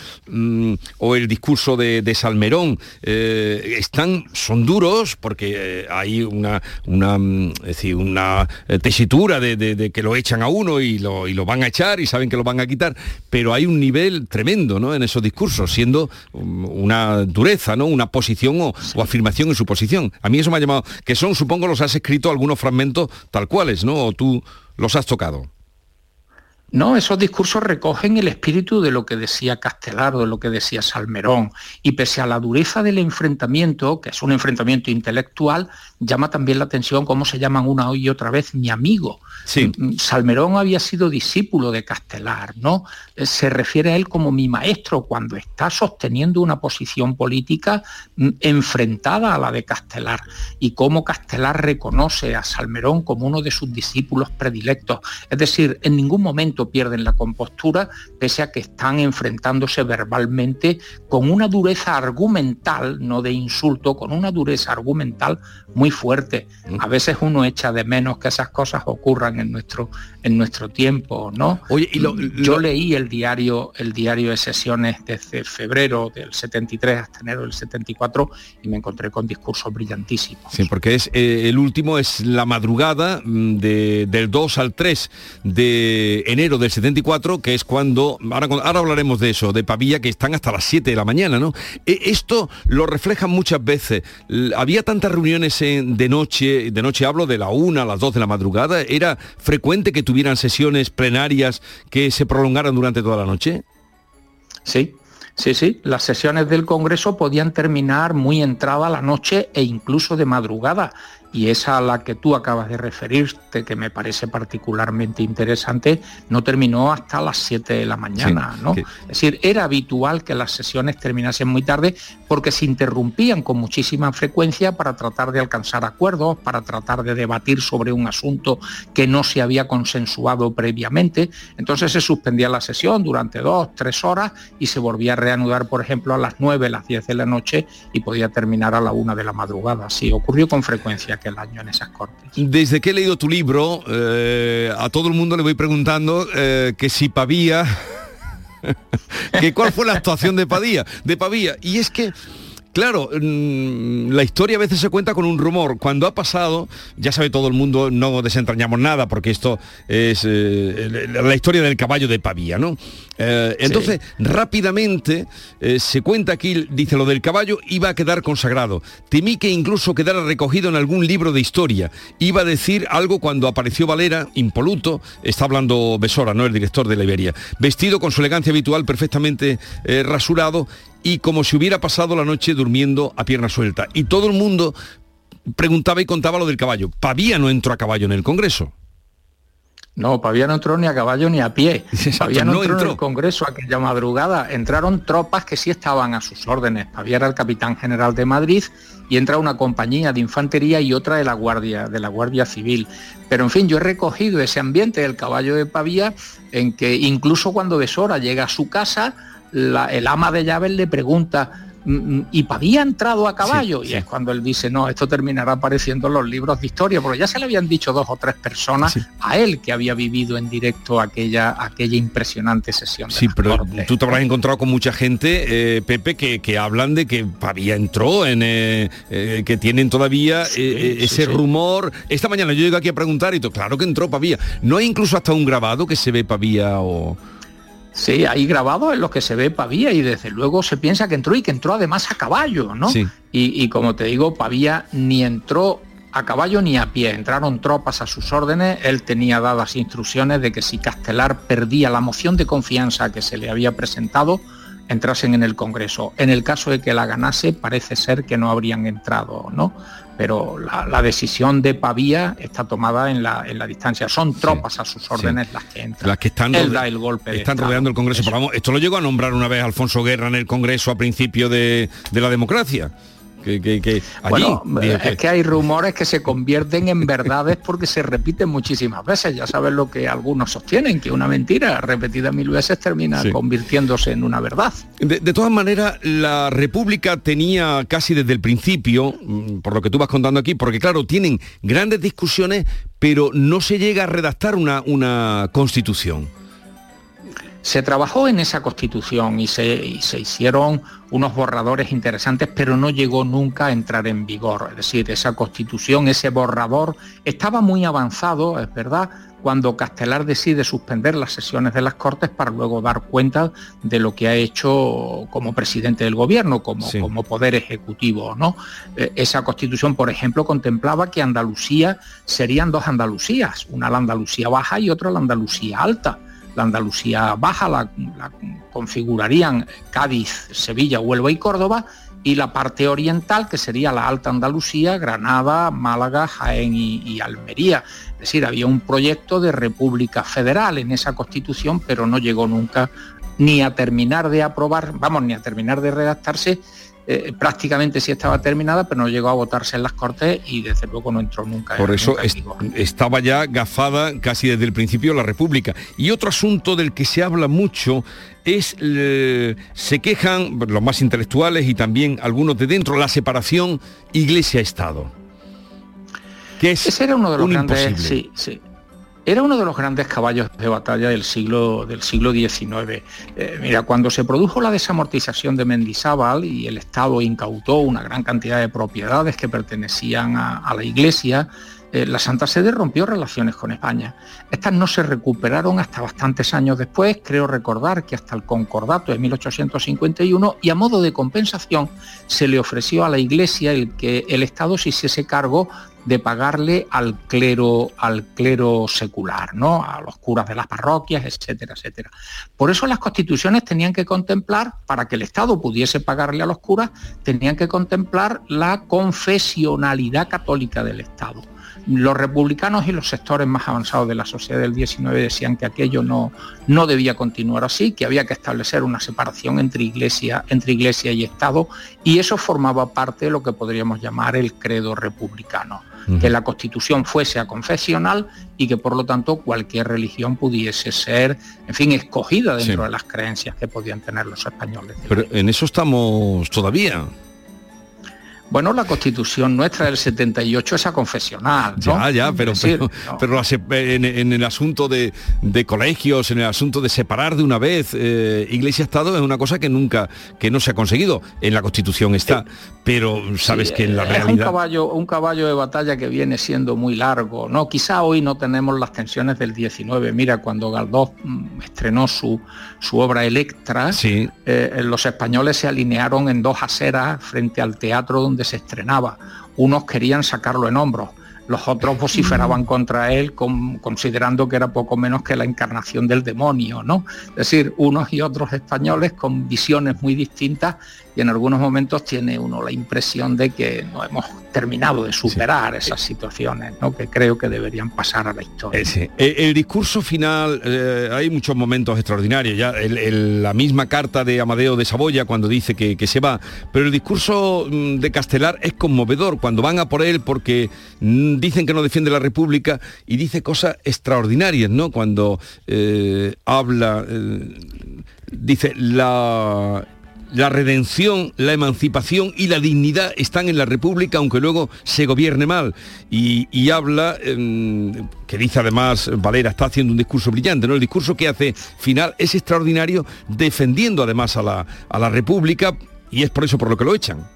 o el discurso de Salmerón, son duros porque hay una tesitura de que lo echan a uno y lo van a echar y saben que lo van a quitar, pero hay un nivel tremendo, ¿no?, en esos discursos, siendo una dureza, ¿no?, una posición o afirmación en su posición. A mí eso me ha llamado, que supongo los has escrito algunos fragmentos tal cuales, ¿no?, o tú los has tocado. No, esos discursos recogen el espíritu de lo que decía Castelar, de lo que decía Salmerón, y pese a la dureza del enfrentamiento, que es un enfrentamiento intelectual, llama también la atención cómo se llaman una y otra vez mi amigo. Sí. Salmerón había sido discípulo de Castelar, ¿no? Se refiere a él como mi maestro cuando está sosteniendo una posición política enfrentada a la de Castelar, y cómo Castelar reconoce a Salmerón como uno de sus discípulos predilectos. Es decir, en ningún momento pierden la compostura, pese a que están enfrentándose verbalmente con una dureza argumental, no de insulto, con una dureza argumental muy fuerte. A veces uno echa de menos que esas cosas ocurran en nuestro tiempo, ¿no? Oye, yo leí el diario de sesiones desde febrero del 73 hasta enero del 74 y me encontré con discursos brillantísimos. Sí, porque el último es la madrugada del 2 al 3 de enero del 74, que es cuando, ahora hablaremos de eso, de Pavía, que están hasta las 7 de la mañana, ¿no? Esto lo reflejan muchas veces. Había tantas reuniones de noche hablo de la 1 a las 2 de la madrugada, ¿era frecuente que tuvieran sesiones plenarias que se prolongaran durante toda la noche? Sí. Las sesiones del Congreso podían terminar muy entrada la noche e incluso de madrugada. y esa a la que tú acabas de referirte, que me parece particularmente interesante, no terminó hasta las 7 de la mañana, ¿no? Es decir, era habitual que las sesiones terminasen muy tarde porque se interrumpían con muchísima frecuencia para tratar de alcanzar acuerdos, para tratar de debatir sobre un asunto que no se había consensuado previamente. Entonces se suspendía la sesión durante 2-3 horas y se volvía a reanudar, por ejemplo, a las 9, las 10 de la noche y podía terminar a la 1 de la madrugada. Sí, ocurrió con frecuencia aquel año en esas cortes. Desde que he leído tu libro, a todo el mundo le voy preguntando que si Pavía, que cuál fue la actuación de Pavía. Y es que, claro, la historia a veces se cuenta con un rumor. Cuando ha pasado, ya sabe todo el mundo, no desentrañamos nada, porque esto es la historia del caballo de Pavía, ¿no? Entonces, rápidamente, se cuenta aquí, dice, lo del caballo iba a quedar consagrado. Temí que incluso quedara recogido en algún libro de historia. Iba a decir algo cuando apareció Valera, impoluto, está hablando Besora, ¿no?, el director de la Iberia, vestido con su elegancia habitual, perfectamente rasurado, y como si hubiera pasado la noche durmiendo a pierna suelta. Y todo el mundo preguntaba y contaba lo del caballo. Pavía no entró a caballo en el Congreso. No, Pavía no entró ni a caballo ni a pie. Exacto, Pavía no entró en el Congreso aquella madrugada. Entraron tropas que sí estaban a sus órdenes. Pavía era el capitán general de Madrid y entra una compañía de infantería y otra de la Guardia Civil. Pero en fin, yo he recogido ese ambiente del caballo de Pavía, en que incluso cuando Besora llega a su casa, el ama de llaves le pregunta: ¿y Pavía ha entrado a caballo? Sí, y es cuando él dice: no, esto terminará apareciendo en los libros de historia, porque ya se le habían dicho 2 o 3 personas a él que había vivido en directo aquella impresionante sesión. Sí, pero tú te habrás encontrado con mucha gente, Pepe, que hablan de que Pavía entró, que tienen todavía ese rumor. Esta mañana yo llego aquí a preguntar y todo, claro que entró Pavía. ¿No hay incluso hasta un grabado que se ve Pavía o...? Sí, hay grabados en los que se ve Pavía y desde luego se piensa que entró, y que entró además a caballo, ¿no? Sí. Y como te digo, Pavía ni entró a caballo ni a pie, entraron tropas a sus órdenes. Él tenía dadas instrucciones de que si Castelar perdía la moción de confianza que se le había presentado, entrasen en el Congreso. En el caso de que la ganase, parece ser que no habrían entrado, ¿no? Pero la decisión de Pavía está tomada en la distancia. Son tropas a sus órdenes las que entran. Las que están, él da el golpe. Están rodeando el Congreso. Pero vamos, esto lo llegó a nombrar una vez Alfonso Guerra en el Congreso a principio de la democracia. Que allí, bueno, es que hay rumores que se convierten en verdades porque se repiten muchísimas veces. Ya sabes lo que algunos sostienen, que una mentira repetida 1000 veces termina convirtiéndose en una verdad. De todas maneras, la República tenía casi desde el principio, por lo que tú vas contando aquí, porque claro, tienen grandes discusiones, pero no se llega a redactar una constitución. Se trabajó en esa Constitución y se hicieron unos borradores interesantes, pero no llegó nunca a entrar en vigor. Es decir, esa Constitución, ese borrador, estaba muy avanzado, es verdad, cuando Castelar decide suspender las sesiones de las Cortes para luego dar cuenta de lo que ha hecho como presidente del gobierno, como poder ejecutivo, ¿no? Esa Constitución, por ejemplo, contemplaba que Andalucía serían 2 Andalucías, una la Andalucía baja y otra la Andalucía alta. La Andalucía baja la configurarían Cádiz, Sevilla, Huelva y Córdoba, y la parte oriental, que sería la Alta Andalucía, Granada, Málaga, Jaén y Almería. Es decir, había un proyecto de república federal en esa Constitución, pero no llegó nunca ni a terminar de ni a terminar de redactarse. Prácticamente sí estaba terminada, pero no llegó a votarse en las Cortes y desde luego no entró nunca. Por eso estaba ya gafada casi desde el principio la República. Y otro asunto del que se habla mucho es, se quejan los más intelectuales y también algunos de dentro, la separación Iglesia-Estado. Que es ese era uno de los grandes, sí. Era uno de los grandes caballos de batalla del siglo XIX. Mira, cuando se produjo la desamortización de Mendizábal y el Estado incautó una gran cantidad de propiedades que pertenecían a la Iglesia, la Santa Sede rompió relaciones con España. Estas no se recuperaron hasta bastantes años después, creo recordar que hasta el Concordato de 1851, y a modo de compensación se le ofreció a la Iglesia el que el Estado se hiciese cargo de pagarle al clero secular, ¿no? A los curas de las parroquias, etcétera, etcétera. Por eso las constituciones tenían que contemplar, para que el Estado pudiese pagarle a los curas, tenían que contemplar la confesionalidad católica del Estado. Los republicanos y los sectores más avanzados de la sociedad del 19 decían que aquello no debía continuar así, que había que establecer una separación entre iglesia y Estado, y eso formaba parte de lo que podríamos llamar el credo republicano, que la Constitución fuese aconfesional y que por lo tanto cualquier religión pudiese ser, en fin, escogida dentro de las creencias que podían tener los españoles. Pero en eso estamos todavía. Bueno, la Constitución nuestra del 78 es aconfesional, ¿no? Ya, pero en el asunto de colegios, en el asunto de separar de una vez Iglesia-Estado, es una cosa que no se ha conseguido. En la Constitución está, pero sabes que en la realidad... Es un caballo de batalla que viene siendo muy largo, ¿no? Quizá hoy no tenemos las tensiones del 19. Mira, cuando Galdós estrenó su obra Electra, los españoles se alinearon en dos aceras frente al teatro donde se estrenaba. Unos querían sacarlo en hombros, los otros vociferaban contra él considerando que era poco menos que la encarnación del demonio, ¿no? Es decir, unos y otros españoles con visiones muy distintas, y en algunos momentos tiene uno la impresión de que no hemos terminado de superar esas situaciones, ¿no? Que creo que deberían pasar a la historia. El discurso final, hay muchos momentos extraordinarios, ya la misma carta de Amadeo de Saboya cuando dice que se va, pero el discurso de Castelar es conmovedor cuando van a por él porque dicen que no defiende la República, y dice cosas extraordinarias, ¿no? Cuando habla, dice la redención, la emancipación y la dignidad están en la República, aunque luego se gobierne mal. Y habla, que dice además, Valera está haciendo un discurso brillante, ¿no? El discurso que hace final es extraordinario, defendiendo además a la República, y es por eso por lo que lo echan.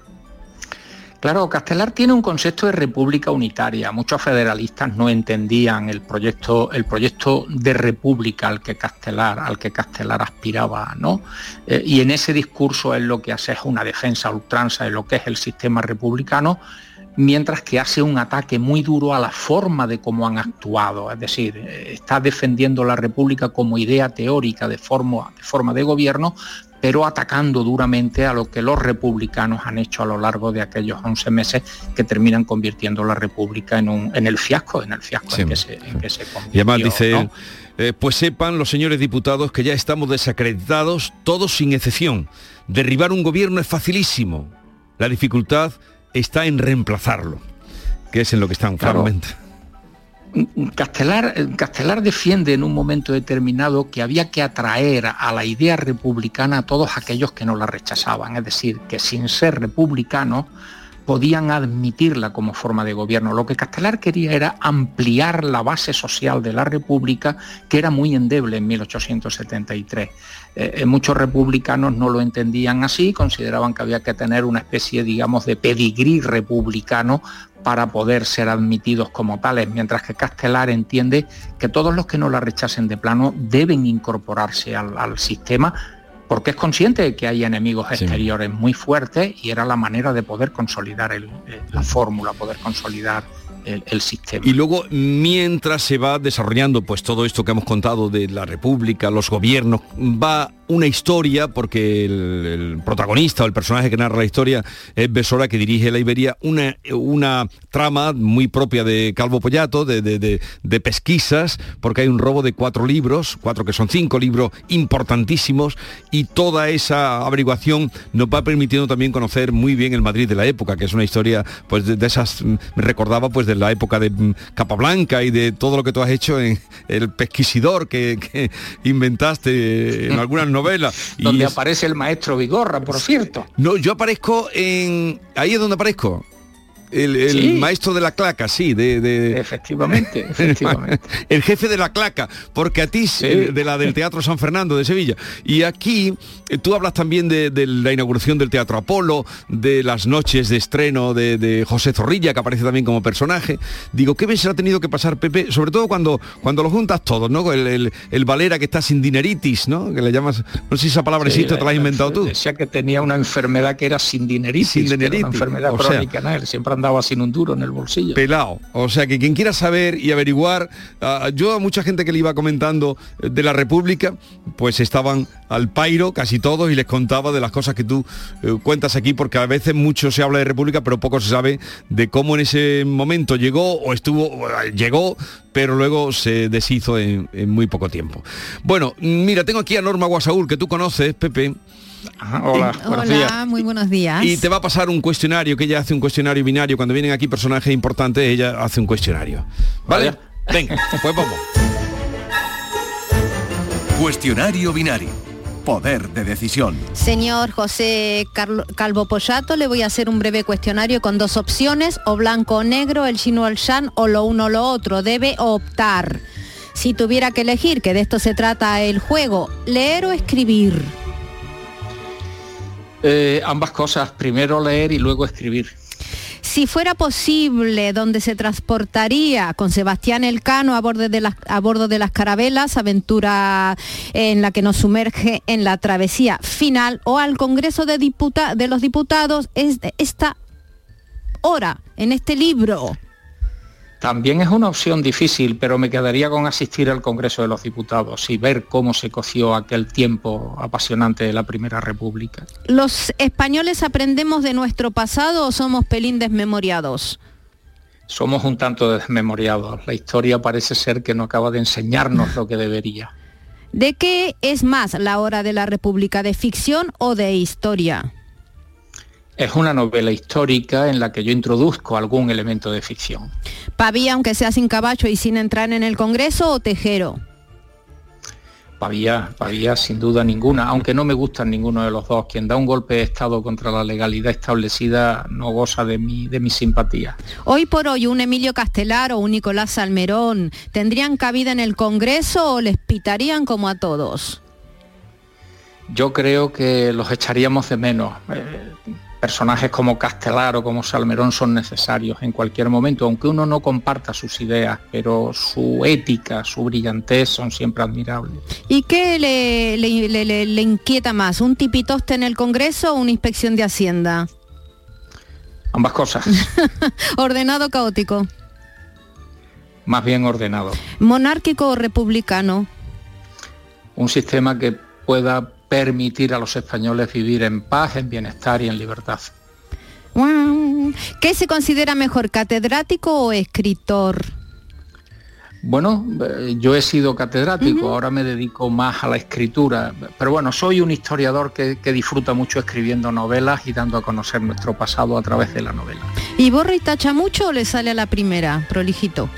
Claro, Castelar tiene un concepto de república unitaria. Muchos federalistas no entendían el proyecto de república al que Castelar aspiraba, ¿no? Y en ese discurso él lo que hace es una defensa a ultranza de lo que es el sistema republicano, mientras que hace un ataque muy duro a la forma de cómo han actuado. Es decir, está defendiendo la república como idea teórica de forma de gobierno, pero atacando duramente a lo que los republicanos han hecho a lo largo de aquellos 11 meses que terminan convirtiendo la República en el fiasco en que se convirtió. Y además dice, ¿no? Pues sepan los señores diputados que ya estamos desacreditados, todos sin excepción. Derribar un gobierno es facilísimo. La dificultad está en reemplazarlo, que es en lo que están claramente. Castelar defiende en un momento determinado que había que atraer a la idea republicana a todos aquellos que no la rechazaban, es decir, que sin ser republicanos podían admitirla como forma de gobierno. Lo que Castelar quería era ampliar la base social de la República, que era muy endeble en 1873. Muchos republicanos no lo entendían así, consideraban que había que tener una especie, digamos, de pedigrí republicano para poder ser admitidos como tales, mientras que Castelar entiende que todos los que no la rechacen de plano deben incorporarse al sistema, porque es consciente de que hay enemigos exteriores muy fuertes, y era la manera de poder consolidar la fórmula, poder consolidar el sistema. Y luego, mientras se va desarrollando pues todo esto que hemos contado de la República, los gobiernos, va una historia, porque el protagonista o el personaje que narra la historia es Besora, que dirige la Iberia, una trama muy propia de Calvo Pollato, de pesquisas, porque hay un robo de 4 libros, 4 que son 5 libros importantísimos, y toda esa averiguación nos va permitiendo también conocer muy bien el Madrid de la época, que es una historia pues de esas, me recordaba pues de la época de Capablanca y de todo lo que tú has hecho en El Pesquisidor que inventaste en algunas novelas. Donde aparece el maestro Vigorra, por cierto. No, yo aparezco ahí es donde aparezco. El maestro de la claca, sí, Efectivamente. El jefe de la claca, porque a ti, de la del Teatro San Fernando de Sevilla. Y aquí tú hablas también de la inauguración del Teatro Apolo, de las noches de estreno de José Zorrilla, que aparece también como personaje. Digo, ¿qué veces ha tenido que pasar Pepe? Sobre todo cuando lo juntas todos, ¿no? El Valera, que está sin dineritis, ¿no? Que le llamas, no sé si esa palabra existe, te la has inventado tú. Decía que tenía una enfermedad que era sin dineritis, una enfermedad crónica, ¿no? Él siempre andaba sin un duro en el bolsillo. Pelao. O sea que quien quiera saber y averiguar, yo a mucha gente que le iba comentando de la República, pues estaban al pairo casi todos y les contaba de las cosas que tú cuentas aquí, porque a veces mucho se habla de República, pero poco se sabe de cómo en ese momento llegó, pero luego se deshizo en muy poco tiempo. Bueno, mira, tengo aquí a Norma Guasaúl, que tú conoces, Pepe. Hola, buenos días. Muy buenos días. Y te va a pasar un cuestionario, que ella hace un cuestionario binario. Cuando vienen aquí personajes importantes, ella hace un cuestionario. ¿Vale? Venga, pues vamos. Cuestionario binario. Poder de decisión. Señor José Calvo Pollato, le voy a hacer un breve cuestionario con 2 opciones, o blanco o negro, el yin o el yang, o lo uno o lo otro. Debe optar. Si tuviera que elegir, que de esto se trata el juego, leer o escribir. Ambas cosas, primero leer y luego escribir. Si fuera posible, ¿dónde se transportaría? Con Sebastián Elcano a bordo de las carabelas, aventura en la que nos sumerge en la travesía final, o al Congreso de los Diputados esta hora, en este libro. También es una opción difícil, pero me quedaría con asistir al Congreso de los Diputados y ver cómo se coció aquel tiempo apasionante de la Primera República. ¿Los españoles aprendemos de nuestro pasado o somos pelín desmemoriados? Somos un tanto desmemoriados. La historia parece ser que no acaba de enseñarnos lo que debería. ¿De qué es más La Hora de la República, de ficción o de historia? Es una novela histórica en la que yo introduzco algún elemento de ficción. ¿Pavía, aunque sea sin caballo y sin entrar en el Congreso, o Tejero? Pavía, sin duda ninguna, aunque no me gustan ninguno de los dos. Quien da un golpe de Estado contra la legalidad establecida no goza de mi simpatía. Hoy por hoy, un Emilio Castelar o un Nicolás Salmerón, ¿tendrían cabida en el Congreso o les pitarían como a todos? Yo creo que los echaríamos de menos. Personajes como Castelar o como Salmerón son necesarios en cualquier momento, aunque uno no comparta sus ideas, pero su ética, su brillantez son siempre admirables. ¿Y qué le inquieta más? ¿Un tipitoste en el Congreso o una inspección de Hacienda? Ambas cosas. ¿Ordenado o caótico? Más bien ordenado. ¿Monárquico o republicano? Un sistema que pueda permitir a los españoles vivir en paz, en bienestar y en libertad. ¿Qué se considera mejor, catedrático o escritor? Bueno, yo he sido catedrático, ahora me dedico más a la escritura, pero bueno, soy un historiador que disfruta mucho escribiendo novelas y dando a conocer nuestro pasado a través de la novela. ¿Y borra y tacha mucho o le sale a la primera, prolijito?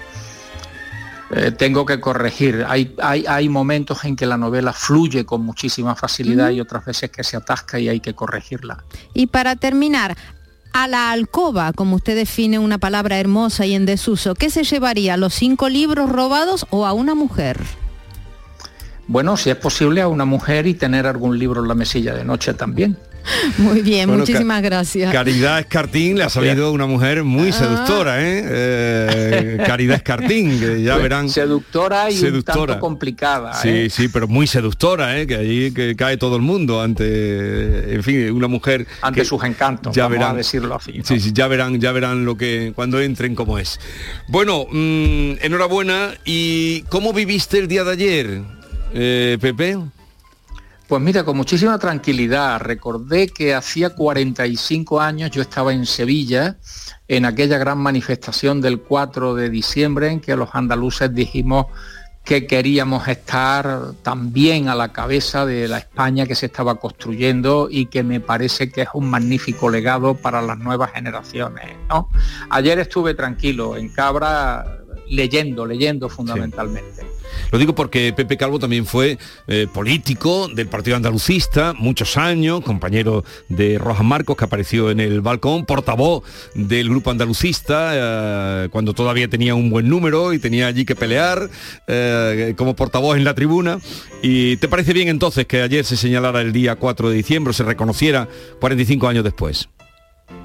Tengo que corregir. Hay momentos en que la novela fluye con muchísima facilidad y otras veces que se atasca y hay que corregirla. Y para terminar, a la alcoba, como usted define una palabra hermosa y en desuso, ¿qué se llevaría? ¿Los 5 libros robados o a una mujer? Bueno, si es posible, a una mujer y tener algún libro en la mesilla de noche también. Muy bien, bueno, muchísimas gracias. Caridad Escartín le ha salido una mujer muy seductora, Caridad Escartín, que ya verán. Seductora y un tanto complicada. Sí, pero muy seductora, que allí que cae todo el mundo ante, en fin, una mujer. Ante sus encantos, ya vamos verán, a decirlo así, ¿no? Sí, ya verán lo que cuando entren cómo es. Bueno, enhorabuena. ¿Y cómo viviste el día de ayer, Pepe? Pues mira, con muchísima tranquilidad. Recordé que hacía 45 años yo estaba en Sevilla, en aquella gran manifestación del 4 de diciembre, en que los andaluces dijimos que queríamos estar también a la cabeza de la España que se estaba construyendo y que me parece que es un magnífico legado para las nuevas generaciones, ¿no? Ayer estuve tranquilo en Cabra leyendo fundamentalmente. Sí. Lo digo porque Pepe Calvo también fue político del Partido Andalucista, muchos años, compañero de Rojas Marcos, que apareció en el balcón, portavoz del grupo andalucista, cuando todavía tenía un buen número y tenía allí que pelear, como portavoz en la tribuna. ¿Y te parece bien entonces que ayer se señalara el día 4 de diciembre, se reconociera 45 años después?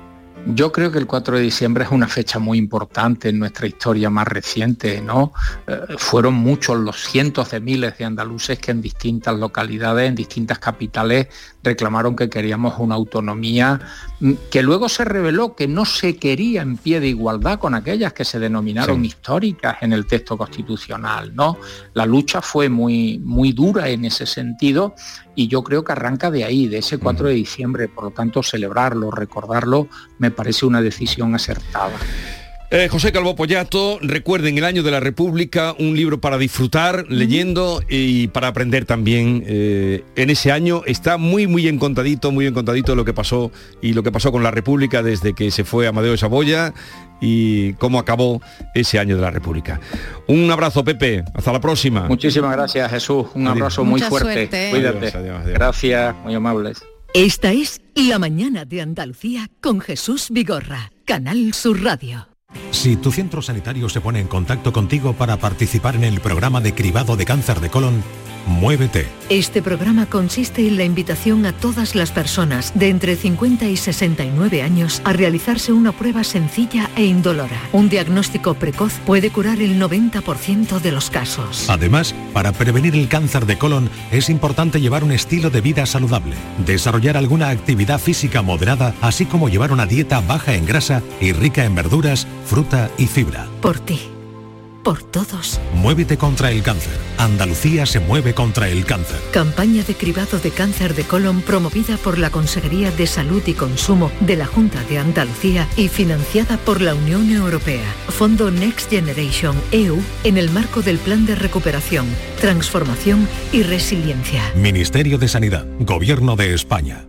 Yo creo que el 4 de diciembre es una fecha muy importante en nuestra historia más reciente, ¿no? Fueron muchos los cientos de miles de andaluces que en distintas localidades, en distintas capitales, reclamaron que queríamos una autonomía que luego se reveló que no se quería en pie de igualdad con aquellas que se denominaron históricas en el texto constitucional, ¿no? La lucha fue muy, muy dura en ese sentido y yo creo que arranca de ahí, de ese 4 de diciembre, por lo tanto celebrarlo, recordarlo, me parece una decisión acertada. José Calvo Pollato, recuerden el año de la República, un libro para disfrutar, leyendo y para aprender también. En ese año está muy bien contadito lo que pasó y lo que pasó con la República desde que se fue Amadeo de Saboya y cómo acabó ese año de la República. Un abrazo, Pepe, hasta la próxima. Muchísimas gracias, Jesús, un abrazo muy fuerte. Cuídate. Adiós. Gracias, muy amables. Esta es La Mañana de Andalucía con Jesús Vigorra, Canal Sur Radio. Si tu centro sanitario se pone en contacto contigo para participar en el programa de cribado de cáncer de colon, Muévete. Este programa consiste en la invitación a todas las personas de entre 50 y 69 años a realizarse una prueba sencilla e indolora. Un diagnóstico precoz puede curar el 90% de los casos. Además, para prevenir el cáncer de colon es importante llevar un estilo de vida saludable, desarrollar alguna actividad física moderada, así como llevar una dieta baja en grasa y rica en verduras, fruta y fibra. Por ti. Por todos. Muévete contra el cáncer. Andalucía se mueve contra el cáncer. Campaña de cribado de cáncer de colon promovida por la Consejería de Salud y Consumo de la Junta de Andalucía y financiada por la Unión Europea. Fondo Next Generation EU en el marco del Plan de Recuperación, Transformación y Resiliencia. Ministerio de Sanidad. Gobierno de España.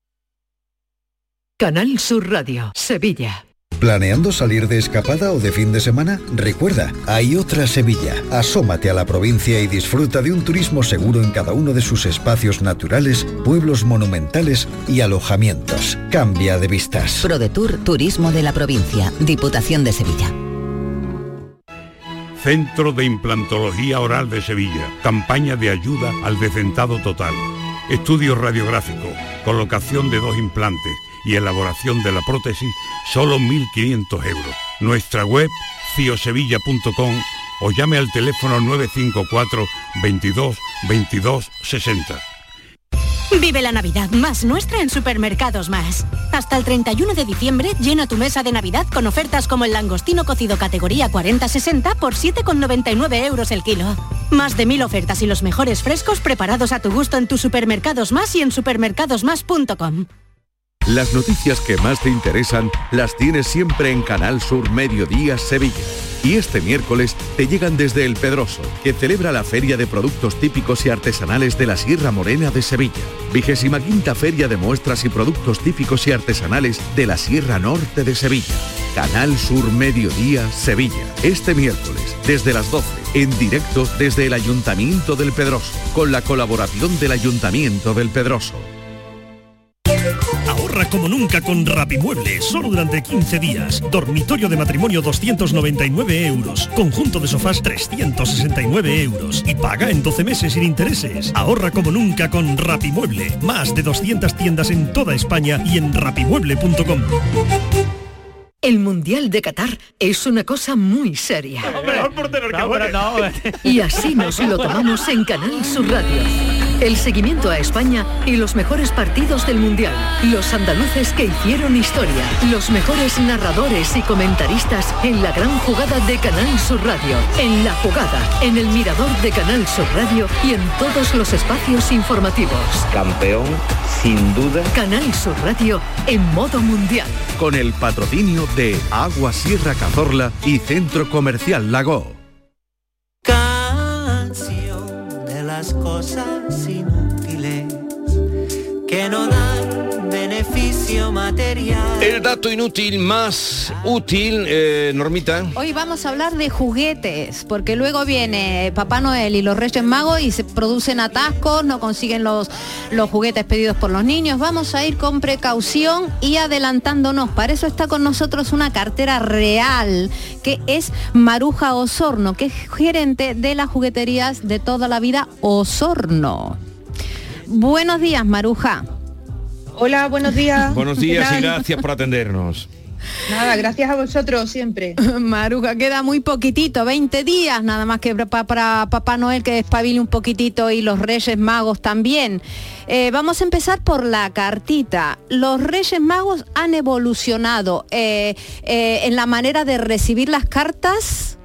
Canal Sur Radio, Sevilla. ¿Planeando salir de escapada o de fin de semana? Recuerda, hay otra Sevilla. Asómate a la provincia y disfruta de un turismo seguro en cada uno de sus espacios naturales, pueblos monumentales y alojamientos. Cambia de vistas. ProDetour Turismo de la Provincia, Diputación de Sevilla. Centro de Implantología Oral de Sevilla. Campaña de ayuda al decentado total. Estudio radiográfico, colocación de 2 implantes y elaboración de la prótesis, solo 1.500 euros. Nuestra web, ciosevilla.com o llame al teléfono 954 22 22 60. Vive la Navidad más nuestra en Supermercados Más. Hasta el 31 de diciembre llena tu mesa de Navidad con ofertas como el langostino cocido categoría 40-60 por 7,99 euros el kilo. Más de 1000 ofertas y los mejores frescos preparados a tu gusto en tus Supermercados Más y en supermercadosmás.com. Las noticias que más te interesan las tienes siempre en Canal Sur Mediodía Sevilla. Y este miércoles te llegan desde El Pedroso, que celebra la Feria de Productos Típicos y Artesanales de la Sierra Morena de Sevilla. 25ª Feria de Muestras y Productos Típicos y Artesanales de la Sierra Norte de Sevilla. Canal Sur Mediodía Sevilla. Este miércoles, desde las 12, en directo desde el Ayuntamiento del Pedroso, con la colaboración del Ayuntamiento del Pedroso. Ahorra como nunca con Rapimueble, solo durante 15 días. Dormitorio de matrimonio 299 euros. Conjunto de sofás 369 euros. Y paga en 12 meses sin intereses. Ahorra como nunca con Rapimueble. Más de 200 tiendas en toda España y en rapimueble.com. El Mundial de Qatar es una cosa muy seria. Y así nos lo tomamos en Canal Sur Radio. El seguimiento a España y los mejores partidos del Mundial. Los andaluces que hicieron historia. Los mejores narradores y comentaristas en la gran jugada de Canal Sur Radio. En La Jugada, en el Mirador de Canal Sur Radio y en todos los espacios informativos. Campeón, sin duda. Canal Sur Radio en modo mundial. Con el patrocinio de Agua Sierra Cazorla y Centro Comercial Lago. Canción de las cosas inútiles que no dan beneficio material. El dato inútil más útil, Normita. Hoy vamos a hablar de juguetes, porque luego viene Papá Noel y los Reyes Magos y se producen atascos, no consiguen los juguetes pedidos por los niños. Vamos a ir con precaución y adelantándonos. Para eso está con nosotros una cartera real, que es Maruja Osorno, que es gerente de las jugueterías de toda la vida Osorno. Buenos días, Maruja. Hola, buenos días. Buenos días y gracias por atendernos. Nada, gracias a vosotros siempre. Maruja, queda muy poquitito, 20 días nada más que para Papá Noel que espabile un poquitito y los Reyes Magos también. Vamos a empezar por la cartita. Los Reyes Magos han evolucionado en la manera de recibir las cartas.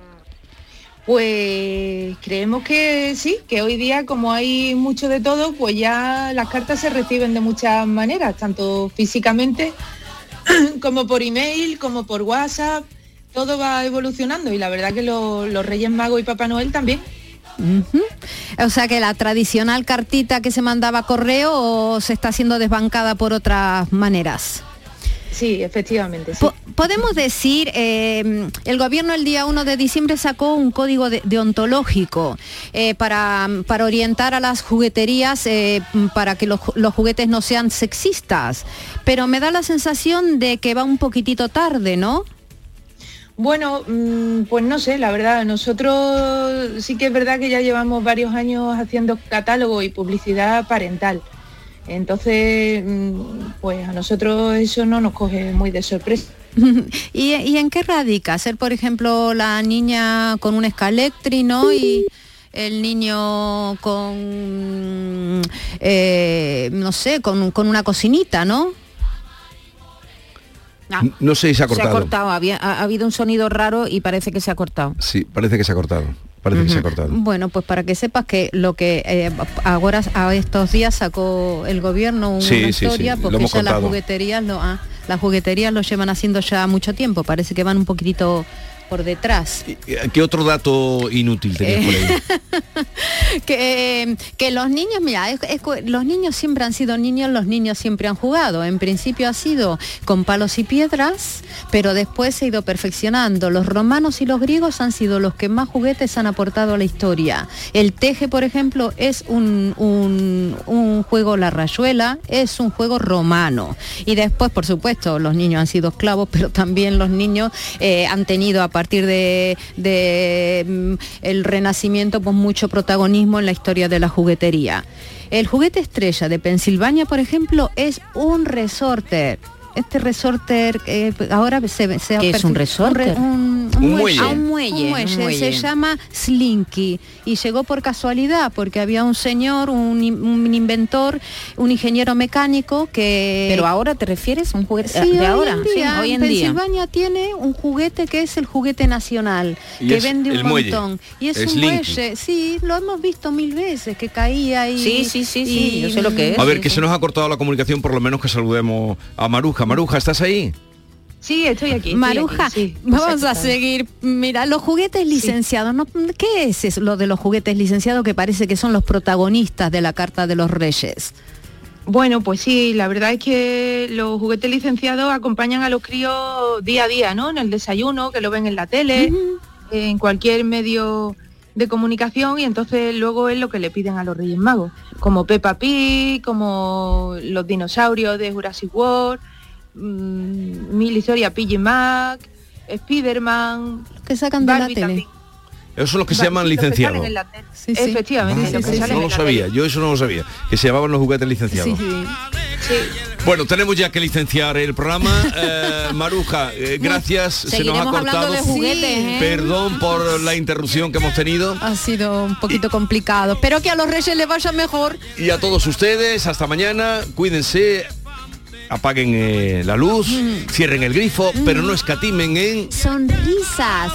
Pues creemos que sí, que hoy día como hay mucho de todo, pues ya las cartas se reciben de muchas maneras, tanto físicamente como por email, como por WhatsApp, todo va evolucionando y la verdad que los Reyes Magos y Papá Noel también. Uh-huh. O sea que la tradicional cartita que se mandaba a correo se está siendo desbancada por otras maneras. Sí, efectivamente. Sí. Podemos decir, el gobierno el día 1 de diciembre sacó un código deontológico para orientar a las jugueterías para que los juguetes no sean sexistas, pero me da la sensación de que va un poquitito tarde, ¿no? Bueno, pues no sé, la verdad, nosotros sí que es verdad que ya llevamos varios años haciendo catálogo y publicidad parental. Entonces, pues a nosotros eso no nos coge muy de sorpresa. ¿Y en qué radica? Ser, por ejemplo, la niña con un Scalectri, ¿no? Y el niño con, no sé, con una cocinita, ¿no? No sé si se ha cortado. Se ha cortado, ha habido un sonido raro y parece que se ha cortado. Sí, parece que se ha cortado. Parece que se ha cortado. Bueno, pues para que sepas que lo que ahora a estos días sacó el gobierno una historia, sí. Porque ya las jugueterías lo llevan haciendo ya mucho tiempo, parece que van un poquitito por detrás. ¿Qué otro dato inútil tenías por ahí? Que los niños, mira, los niños siempre han sido niños, los niños siempre han jugado. En principio ha sido con palos y piedras, pero después se ha ido perfeccionando. Los romanos y los griegos han sido los que más juguetes han aportado a la historia. El teje, por ejemplo, es un juego, la rayuela, es un juego romano. Y después, por supuesto, los niños han sido esclavos, pero también los niños han tenido a partir de el Renacimiento pues mucho protagonismo en la historia de la juguetería. El juguete estrella de Pensilvania, por ejemplo, es un resorter. Este resorter ahora ¿Qué es un resorter? Un muelle. Se llama Slinky y llegó por casualidad porque había un señor, un inventor, un ingeniero mecánico que... Pero ahora te refieres a un juguete de ahora. Hoy en Pensilvania tiene un juguete que es el juguete nacional, que vende un montón. Y es un muelle, sí, lo hemos visto 1000 veces, que caía y... Sí, yo sé lo que es. A ver, que se nos ha cortado la comunicación, por lo menos que saludemos a Maruja. Maruja, ¿estás ahí? Sí, estoy aquí. Maruja, vamos a seguir. Mira, los juguetes licenciados, ¿no? ¿Qué es lo de los juguetes licenciados que parece que son los protagonistas de la Carta de los Reyes? Bueno, pues sí, la verdad es que los juguetes licenciados acompañan a los críos día a día, ¿no? En el desayuno, que lo ven en la tele, en cualquier medio de comunicación, y entonces luego es lo que le piden a los Reyes Magos, como Peppa Pig, como los dinosaurios de Jurassic World, Mil Historias, PJ Masks, Spiderman, que sacan de Barbie la tele. También. Esos son los que se llaman licenciados. Sí. Efectivamente. No lo sabía, yo eso no lo sabía, que se llamaban los juguetes licenciados. Sí. Bueno, tenemos ya que licenciar el programa. Maruja, gracias, se nos ha cortado. De juguetes, Perdón por la interrupción que hemos tenido. Ha sido un poquito complicado. Espero que a los Reyes les vaya mejor. Y a todos ustedes, hasta mañana, cuídense. Apaguen la luz, cierren el grifo, pero no escatimen en sonrisas.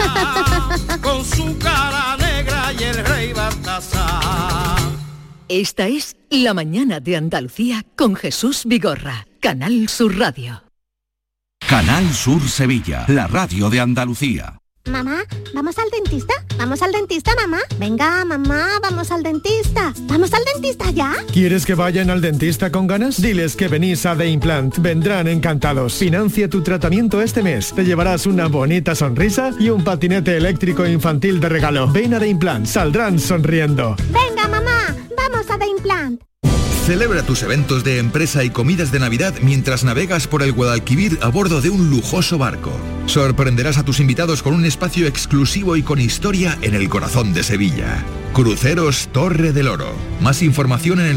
Con su cara negra y el rey Baltasar. Esta es La Mañana de Andalucía con Jesús Vigorra, Canal Sur Radio. Canal Sur Sevilla, la radio de Andalucía. Mamá, ¿vamos al dentista? ¿Vamos al dentista, mamá? Venga, mamá, vamos al dentista. ¿Vamos al dentista ya? ¿Quieres que vayan al dentista con ganas? Diles que venís a The Implant. Vendrán encantados. Financia tu tratamiento este mes. Te llevarás una bonita sonrisa y un patinete eléctrico infantil de regalo. Ven a The Implant. Saldrán sonriendo. Venga, mamá, vamos a The Implant. Celebra tus eventos de empresa y comidas de Navidad mientras navegas por el Guadalquivir a bordo de un lujoso barco. Sorprenderás a tus invitados con un espacio exclusivo y con historia en el corazón de Sevilla. Cruceros Torre del Oro. Más información en el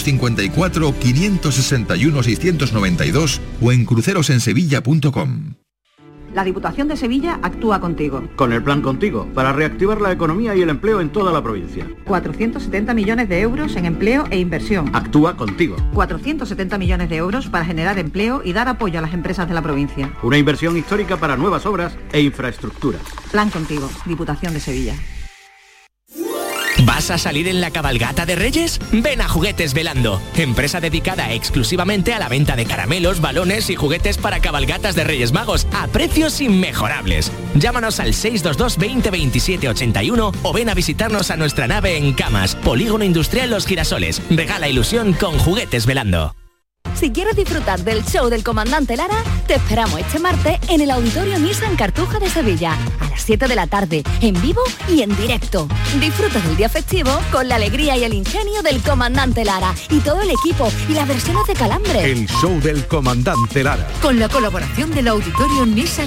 954-561-692 o en crucerosensevilla.com. La Diputación de Sevilla actúa contigo. Con el Plan Contigo, para reactivar la economía y el empleo en toda la provincia. 470 millones de euros en empleo e inversión. Actúa contigo. 470 millones de euros para generar empleo y dar apoyo a las empresas de la provincia. Una inversión histórica para nuevas obras e infraestructuras. Plan Contigo, Diputación de Sevilla. ¿Vas a salir en la cabalgata de Reyes? Ven a Juguetes Velando, empresa dedicada exclusivamente a la venta de caramelos, balones y juguetes para cabalgatas de Reyes Magos a precios inmejorables. Llámanos al 622 20 27 81 o ven a visitarnos a nuestra nave en Camas, Polígono Industrial Los Girasoles. Regala ilusión con Juguetes Velando. Si quieres disfrutar del show del Comandante Lara, te esperamos este martes en el Auditorio Nissan Cartuja de Sevilla, a las 7 de la tarde, en vivo y en directo. Disfruta del día festivo con la alegría y el ingenio del Comandante Lara y todo el equipo y las versiones de Calambre. El show del Comandante Lara. Con la colaboración del Auditorio Nissan